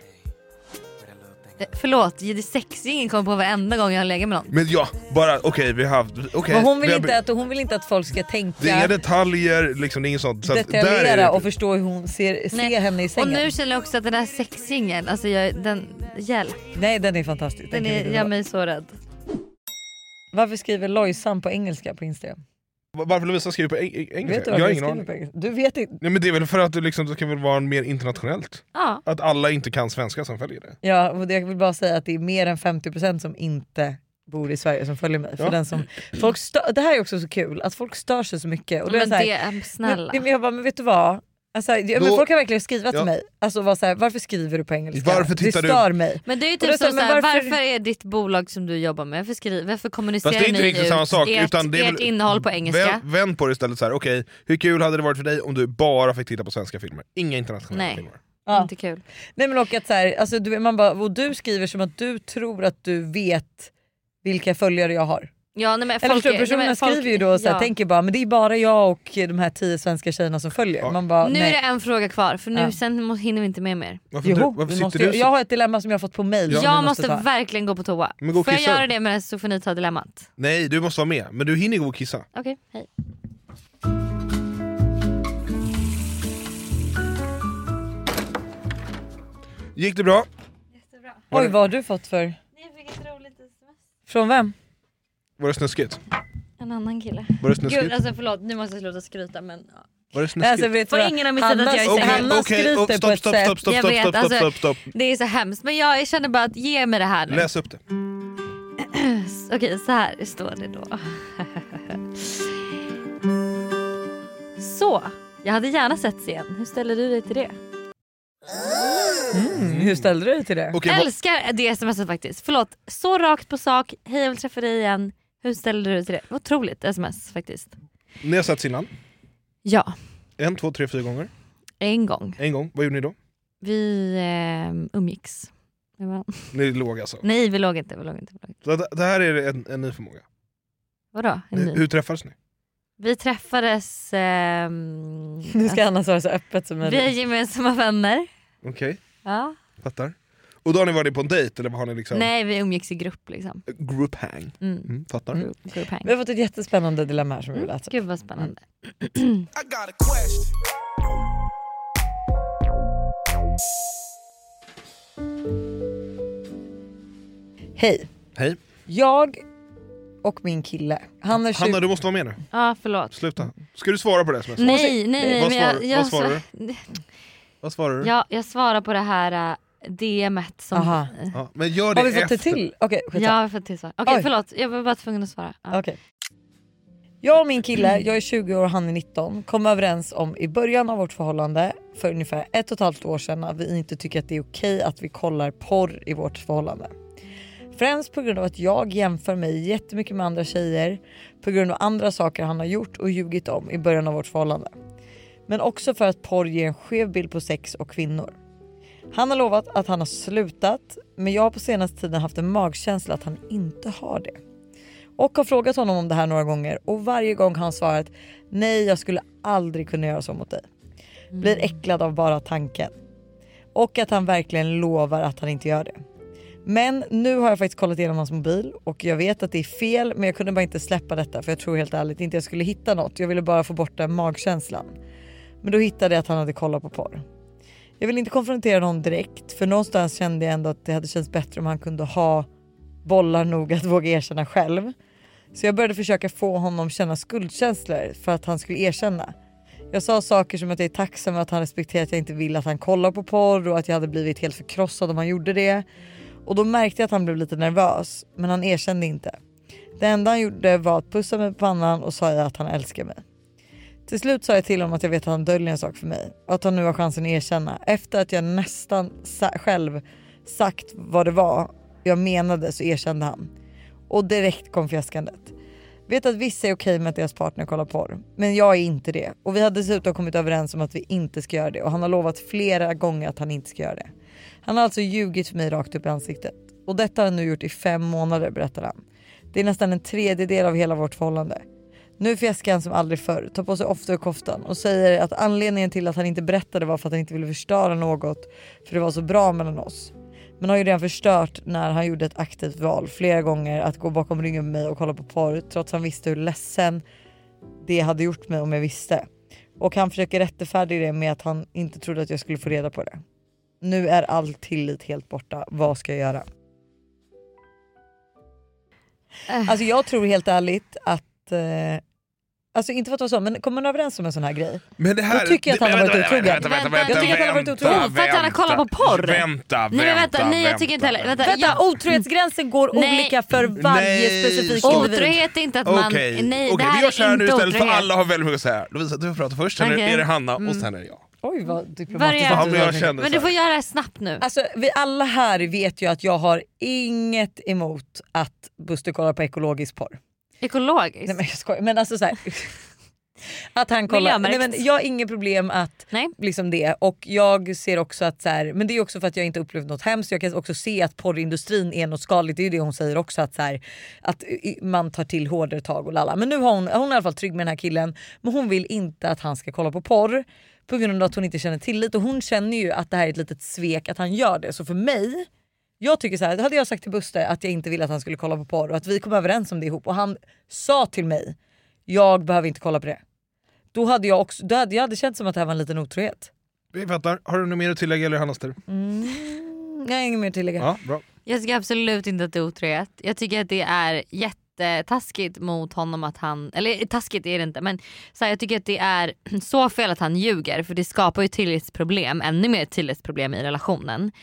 Eh, Förlåt, det är sex, ingen kommer på varenda gång jag har legat med någon. Men ja, bara okej vi har haft... Okay, Men hon vill, vi har, inte att, hon vill inte att folk ska tänka, det är inga detaljer, liksom, det är inget sånt. Så att där är detaljera det, och förstå hur hon ser, ser Nej. henne i Och sängen. nu känner jag också att den här sexingen, alltså jag, den, hjälp. Nej den är fantastisk. Den kan vi är, inte gör vara. mig så rädd. Varför skriver Lojsan på engelska på Instagram? varför Lovisa skriver på eng- eng- engelska? Vet du Jag varför har du ingen skriver aning. på engelska? Du vet inte. Nej, men det är väl för att du liksom, det ska väl vara mer internationellt. Ja. Att alla inte kan svenska som följer det. Ja, och jag vill bara säga att det är mer än femtio procent som inte bor i Sverige som följer mig. För Ja. den som, folk stör, det här är också så kul, att folk stör sig så mycket. Och då är Men jag så här, det är snälla. Men, men jag bara, men vet du vad? Alltså, ja, men Då- folk har verkligen skrivit Ja. till mig, alltså, var så här, varför skriver du på engelska? Varför tittar det du- stör mig. Men det är ju Och då typ säger så, jag, så men här, varför- varför är ditt bolag som du jobbar med, varför, skriver, varför kommunicerar Fast det är inte ni riktigt ut samma sak. ert, Utan det är ert väl, innehåll på engelska? Vänd, vänd på det istället så här. okej, hur kul hade det varit för dig om du bara fick titta på svenska filmer? Inga internationella Nej. filmer. Ja. Inte kul. Nej men och att så här, alltså, du, man bara, och du skriver som att du tror att du vet vilka följare jag har. Ja, nej, men Eller folk förstår, är- personerna nej, men folk- skriver ju då så här, ja. tänker bara men det är bara jag och de här tio svenska tjejerna som följer. Ja. Man bara, Nu nej. är det en fråga kvar för nu Ja. sen må- hinner vi inte med mer. Varför, Jo, du, varför vi sitter måste, du ju- så? jag har ett dilemma som jag har fått på mail. som vi Jag måste ta. verkligen gå på toa. Men gå och Får jag kissa. göra det med så får ni ta dilemmat? Nej, du måste vara med. Men du hinner gå och kissa. Okej, hej. Gick det bra? Jättebra. Oj vad har du fått för? Jag fick ett roligt sms. Från vem? Var det snuskigt? En annan kille. Var det snuskigt? Gud alltså förlåt, nu måste jag sluta skryta men ja. Var det snuskigt? Alltså, vet du Får vad? ingen ha missat att Hanna- jag är Okej, sexig? Hanna okej, skryter och på stopp, ett stopp, sätt. stopp, stopp, Jag stopp, vet, stopp, alltså- stopp, stopp. Det är så hemskt men jag känner bara att ge mig det här nu. Läs upp det. Okej, så här står det då. Så, jag hade gärna sett igen. Hur ställer du dig till det? Mm, hur ställde du dig till det? Okej, vad- Älskar det smset faktiskt. Förlåt, så rakt på sak. Hej, jag vill träffa dig igen. Hur ställer du dig till det? Otroligt sms faktiskt. Ni har setts innan? Ja, En, två, tre, fyra gånger. en gång. En gång. Vad gjorde ni då? Vi eh, umgicks. Det var- Ni låg alltså. Nej, vi låg inte. Vi låg inte, vi låg inte. Så det, det här är en, en ny förmåga. Vadå? En Hur, ny? hur träffades ni? Vi träffades... ehm, Nu ska Anna svara så öppet som vi är möjligt. gemensamma vänner. Okej, Ja. fattar. Och då har ni varit på en dejt eller vad har ni liksom? Nej, vi umgicks i grupp liksom. Group hang. Mm. Mm, fattar. Group, group hang. Vi har fått ett jättespännande dilemma här som vi vill läsa. Gud vad spännande. I got a question. Hej. Hej. Jag och min kille. Han är Hanna, du måste vara med nu. Ja, förlåt. Sluta. Ska du svara på det som jag sa? Nej, nej, nej. Vad men jag, svarar- jag, vad svarar du? Vad svarar du? Ja, jag svarar på det här D M:et som... Aha. Ja, men gör det Har vi fått efter. det till? Okej, Ja, jag har fått till svar. Okej, Oj. förlåt. Jag var bara tvungen att svara. Ja. Okej. Jag och min kille, jag är tjugo år och han är nitton, kom överens om i början av vårt förhållande för ungefär ett och ett halvt år sedan att vi inte tycker att det är okej att vi kollar porr i vårt förhållande. Främst på grund av att jag jämför mig jättemycket med andra tjejer på grund av andra saker han har gjort och ljugit om i början av vårt förhållande. Men också för att porr ger en skev bild på sex och kvinnor. Han har lovat att han har slutat, men jag har på senaste tiden haft en magkänsla att han inte har det. Och har frågat honom om det här några gånger och varje gång har han svarat nej, jag skulle aldrig kunna göra så mot dig. Blir äcklad av bara tanken. Och att han verkligen lovar att han inte gör det. Men nu har jag faktiskt kollat igenom hans mobil och jag vet att det är fel, men jag kunde bara inte släppa detta för jag tror helt ärligt inte jag skulle hitta något. Jag ville bara få bort den magkänslan. Men då hittade jag att han hade kollat på porr. Jag vill inte konfrontera honom direkt, för någonstans kände jag ändå att det hade känts bättre om han kunde ha bollar nog att våga erkänna själv. Så jag började försöka få honom känna skuldkänslor för att han skulle erkänna. Jag sa saker som att jag är tacksam att han respekterar att jag inte vill att han kollar på porr och att jag hade blivit helt förkrossad om han gjorde det. Och då märkte jag att han blev lite nervös, men han erkände inte. Det enda han gjorde var att pussa mig på pannan och sa att han älskar mig. Till slut sa jag till honom att jag vet att han döljer en sak för mig och att han nu har chansen att erkänna efter att jag nästan sa- själv sagt vad det var jag menade, så erkände han. Och direkt kom fjäskandet. Vet att vissa är okej med att deras partner kollar porr, men jag är inte det. Och vi hade dessutom kommit överens om att vi inte ska göra det och han har lovat flera gånger att han inte ska göra det. Han har alltså ljugit för mig rakt upp i ansiktet. Och detta har han nu gjort i fem månader, berättar han. Det är nästan en tredjedel av hela vårt förhållande. Nu fjäskar han som aldrig förr, tar på sig ofta koftan och säger att anledningen till att han inte berättade var för att han inte ville förstöra något, för det var så bra mellan oss. Men har ju redan förstört när han gjorde ett aktivt val flera gånger att gå bakom ryggen med mig och kolla på porr, trots han visste hur ledsen det hade gjort mig om jag visste. Och han försöker rättfärdiga det med att han inte trodde att jag skulle få reda på det. Nu är all tillit helt borta. Vad ska jag göra? Äh. Alltså jag tror helt ärligt att... Eh, alltså inte för att vara så, men kommer man överens om en sån här grej? Men det här... Då tycker jag att han har varit otrogen. Vänta, vänta, vänta, Jag tycker att han har varit otrogen. Oh, för att han har kollat på porr. Vänta, vänta, nej, men vänta, nej, jag tycker inte heller. Vänta, Vänta, jag... otrohetsgränsen går Nej. olika för varje Nej. specifik individ. Otrohet är inte att man... Okej, Nej, okej, det här vi gör så här är nu inte istället för otrohet. alla har väldigt mycket att säga. Lovisa, du får prata först, sen Okej. är det Hanna och Mm. sen är det jag. Oj, vad diplomatiskt. Börja. Ja, men jag kände Men så du får här. göra det här snabbt nu. Alltså, vi alla här vet ju att jag har inget emot att Buster kollar på ekologisk porr. Ekologiskt? Nej men jag skojar, men alltså så här, att han kollar. Nej, men jag har inget problem att Nej. liksom det, och jag ser också att så här, men det är också för att jag inte upplevt något hemskt. Jag kan också se att porrindustrin är något skadligt. Det är ju det hon säger också, att så här, att man tar till hårdare tag och lalla. Men nu har hon, hon är i alla fall trygg med den här killen, men hon vill inte att han ska kolla på porr på grund av att hon inte känner tillit, och hon känner ju att det här är ett litet svek att han gör det. Så för mig, jag tycker så här, hade jag sagt till Buster att jag inte ville att han skulle kolla på porr och att vi kom överens om det ihop och han sa till mig, jag behöver inte kolla på det. Då hade jag också, då hade jag hade känt som att det här var en liten otrohet. Vi fattar. Har du något mer att tillägga eller Hannas tur? Mm, jag har inget mer att tillägga. Ja, bra. Jag tycker absolut inte att det är otrohet. Jag tycker att det är jättetaskigt mot honom att han, eller taskigt är det inte, men så här, jag tycker att det är så fel att han ljuger, för det skapar ju tillitsproblem, ännu mer tillitsproblem i relationen.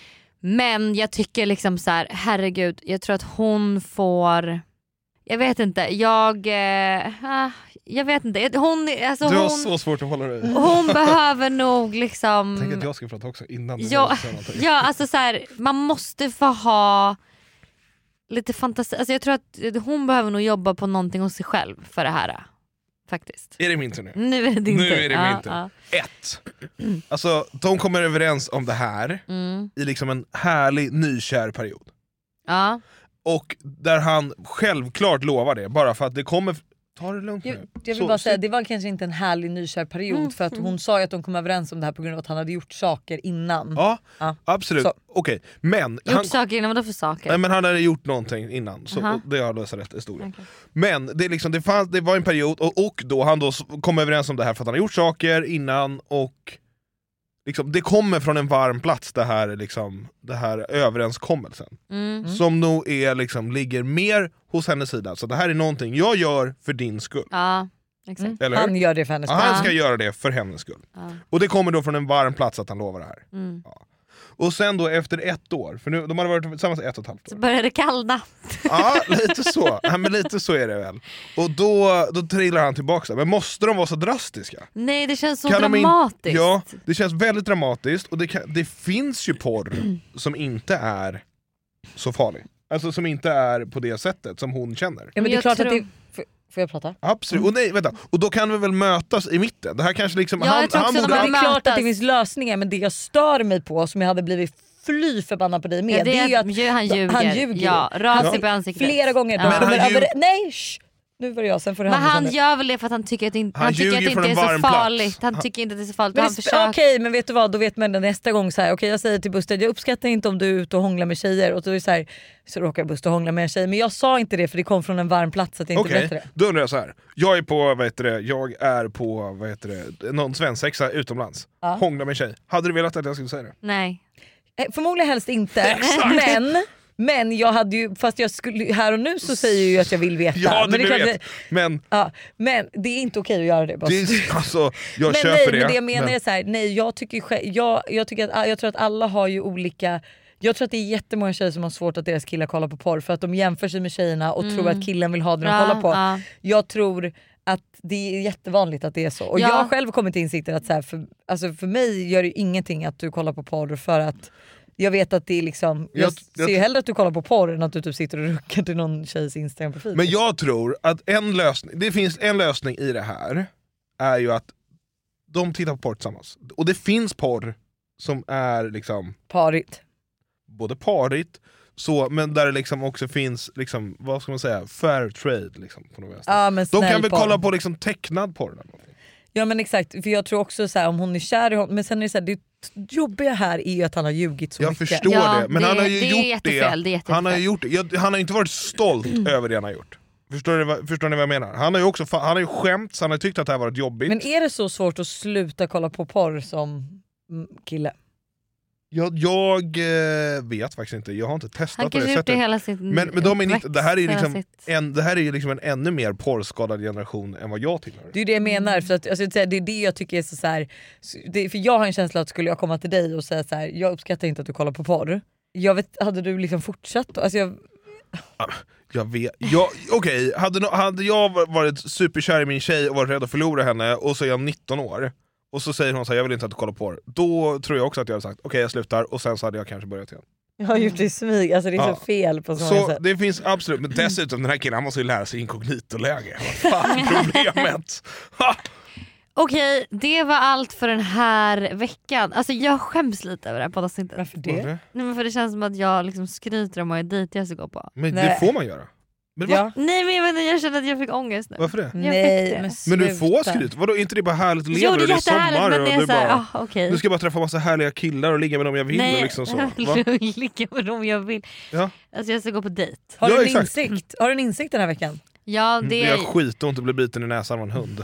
Men jag tycker liksom så här, herregud, jag tror att hon får, jag vet inte, jag äh, jag vet inte, hon, alltså du har hon, så svårt att hålla dig. hon behöver nog liksom. Tänk att jag ska prata också innan du ja, säger någonting. ja, alltså så här, man måste få ha lite fantasi. Alltså jag tror att hon behöver nog jobba på någonting hos sig själv för det här. Faktiskt. Är det min tur nu? Nu är det din nu tur. är det ja, min tur. ja. Ett. Alltså de kommer överens om det här Mm. i liksom en härlig nykär period. Ja. Och där han självklart lovar det, bara för att det kommer. Ta det lugnt nu. Jag, jag vill Så- bara så- säga, det var kanske inte en härlig nykär period, Mm. för att hon sa ju att de kom överens om det här på grund av att han hade gjort saker innan. Ja, Ja. absolut. Så. Okej, men Gjort han, saker innan, vadå för saker? nej, men han hade gjort någonting innan, så Aha. det har jag löst rätt historia. Okej. Men det, är liksom, det, fanns, det var en period, och, och då han då s- kom överens om det här för att han har gjort saker innan, och liksom, det kommer från en varm plats, det här, liksom, det här överenskommelsen. Mm. Som nog är, liksom, ligger mer hos hennes sida. Så det här är någonting jag gör för din skull. Ja, exakt. Mm. Eller hur? Han gör det för hennes Ja, skull. han ska göra det för hennes skull. Ja. Och det kommer då från en varm plats att han lovar det här. Mm. Ja. Och sen då efter ett år, för nu, de hade varit tillsammans ett och ett halvt år. Så började det kallna. Ja, lite så. Ja, men lite så är det väl. Och då, då trillar han tillbaka. Men måste de vara så drastiska? Nej, det känns så Kan de in- dramatiskt. Ja, det känns väldigt dramatiskt. Och det, kan, det finns ju porr som inte är så farlig. Alltså som inte är på det sättet som hon känner. Ja, men det är Jag klart tror- att det... Får, får jag prata? Absolut. Och nej, vänta. Och då kan vi väl mötas i mitten. Det här kanske liksom... Ja, jag han, tror han också borde... de Men det är klart mötas. att det finns lösningar, men det jag stör mig på, som jag hade blivit fly förbannad på dig med, Ja, det, det är ju att ju, han ljuger. han ljuger. Ja, rakt Ja. upp i ansiktet. flera gånger. Ja. De Men kommer han ljug- över... Nej, shh. Nu var det jag, sen får du Men handla han sen nu. gör väl det för att han tycker att det inte, Han han tycker att ljuger det från inte är en så varm plats. farligt. Han Han- tycker inte att det är så farligt. Men Han det- försöker... Okej, men vet du vad, då vet man det nästa gång så här. Okej, jag säger till Buster, jag uppskattar inte om du är ute och hånglar med tjejer, och då är det så här, så råkar Buster hångla med en tjej, men jag sa inte det för det kom från en varm plats, så att det inte Okej, bättre. då undrar jag så här. Jag är på, vad heter det, jag är på, vad heter det, någon svensexa utomlands. Ja. Hångla med en tjej. Hade du velat att jag skulle säga det? Nej. Eh, Förmodligen helst inte, men men jag hade ju, fast jag skulle, här och nu så säger jag ju att jag vill veta. Ja, men det är klart vet. att- Men Ja, men det är inte okej att göra det. Bara. det är, alltså, jag men köper nej, det. men det jag menar men- är så här, nej, jag tycker sj- jag, jag tycker att jag tror att alla har ju olika. Jag tror att det är jättemånga tjejer som har svårt att deras killar kollar på porr för att de jämför sig med tjejerna och tror att killen vill ha det de Ja, kollar på. ja. Jag tror att det är jättevanligt att det är så. Och Ja. jag har själv kommit till insikten att så här, för, alltså för mig gör det ingenting att du kollar på porr, för att jag vet att det är liksom, jag, Jag- ser jag- ju hellre att du kollar på porr än att du typ sitter och ruckar till någon tjejs Instagram-profil. Men jag tror att en lösning, det finns en lösning i det här, är ju att de tittar på porr tillsammans. Och det finns porr som är liksom Parigt. både parigt, så, men där det liksom också finns, liksom, vad ska man säga, fair trade liksom, på något vänster. Ja, men De snäll kan väl porr. kolla på liksom tecknad porr eller någonting. Ja men exakt, för jag tror också så här, om hon är kär i honom, men sen är det så här, det jobbiga här är ju att han har ljugit så Jag mycket. förstår Ja, det, men det- han har ju det är gjort jättefel, det är jättefel. Han har ju gjort det. Jag, han har inte varit stolt över det han har gjort. Förstår ni, vad- förstår ni vad jag menar? Han har ju också fa- han har ju skämts, han har tyckt att det här varit jobbigt. Men är det så svårt att sluta kolla på porr som mm, kille? Jag, jag eh, vet faktiskt inte, jag har inte testat Han på det kanske gjort det sättet. hela sitt Men, men de är inte, det här är ju hela liksom sitt- en, det här är ju liksom en ännu mer porrskadad generation än vad jag tillhör. Det är det jag menar, för att, alltså, det är det jag tycker är så, så här, det, för jag har en känsla att skulle jag komma till dig och säga så här, jag uppskattar inte att du kollar på porr. Jag vet, hade du liksom fortsatt då? Alltså jag, Jag vet, jag, okej, hade, no- hade jag varit superkär i min tjej och varit rädd att förlora henne, och så är jag nitton år och så säger hon så här, jag vill inte att du kollar på det. Då tror jag också att jag hade sagt okej, jag slutar, och sen så hade jag kanske börjat igen. jag har gjort det i smyg, alltså det är Ja. så fel på så många Så sätt. det finns absolut, men dessutom den här killen, han måste ju lära sig inkognitoläge. Vad fan är problemet? Ha! Okej, det var allt för den här veckan. Alltså jag skäms lite över det här poddavsnittet. Varför det? Varför? Nej, men för det känns som att jag liksom skryter om vad jag dejt jag ska gå på. Men det Nej. får man göra. Men, va? Ja. Nej men jag, vet inte, jag känner att jag fick ångest nu. Varför det? Jag Nej, fick det. men, Men du får sluta. skryt, vadå, är inte det bara härligt att Jo leva? det är Det är jättehärligt sommar men och det är du såhär, bara, ah, okej. du ska bara träffa massa härliga killar och ligga med dem jag vill. Nej, Och liksom så. Va? jag vill ligga med dem jag vill. Ja. Alltså jag ska gå på dejt. Har du Ja, en exakt. insikt? Har du en insikt den här veckan? Ja, Det det är är... skitont att bli biten i näsan av en hund.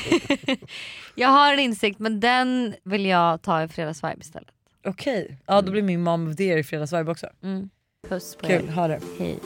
jag har en insikt men den vill jag ta i fredagsvibe istället. Okej, ja då blir min mom of the year i fredagsvibe också. Mm. Puss på Kul, er. ha det. Hej.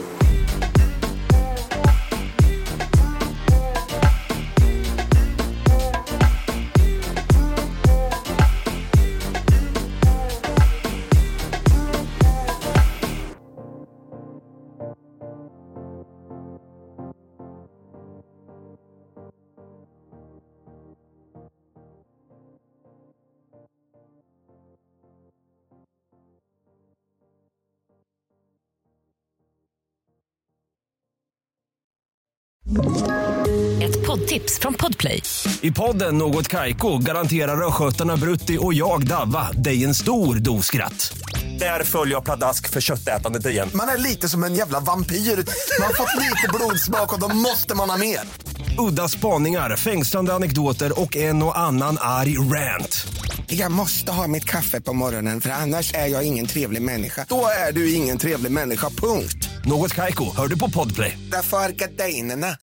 Ett poddtips från Podplay. I podden Något Kaiko garanterar östgötarna Brutti och jag Davva dig en stor dos skratt. Där följer jag pladask för köttätandet igen. Man är lite som en jävla vampyr. Man har fått lite blodsmak och då måste man ha mer. Udda spaningar, fängslande anekdoter och en och annan arg rant. Jag måste ha mitt kaffe på morgonen, för annars är jag ingen trevlig människa. Då är du ingen trevlig människa, punkt. Något Kaiko, hör du på Podplay. Därför är gardinerna.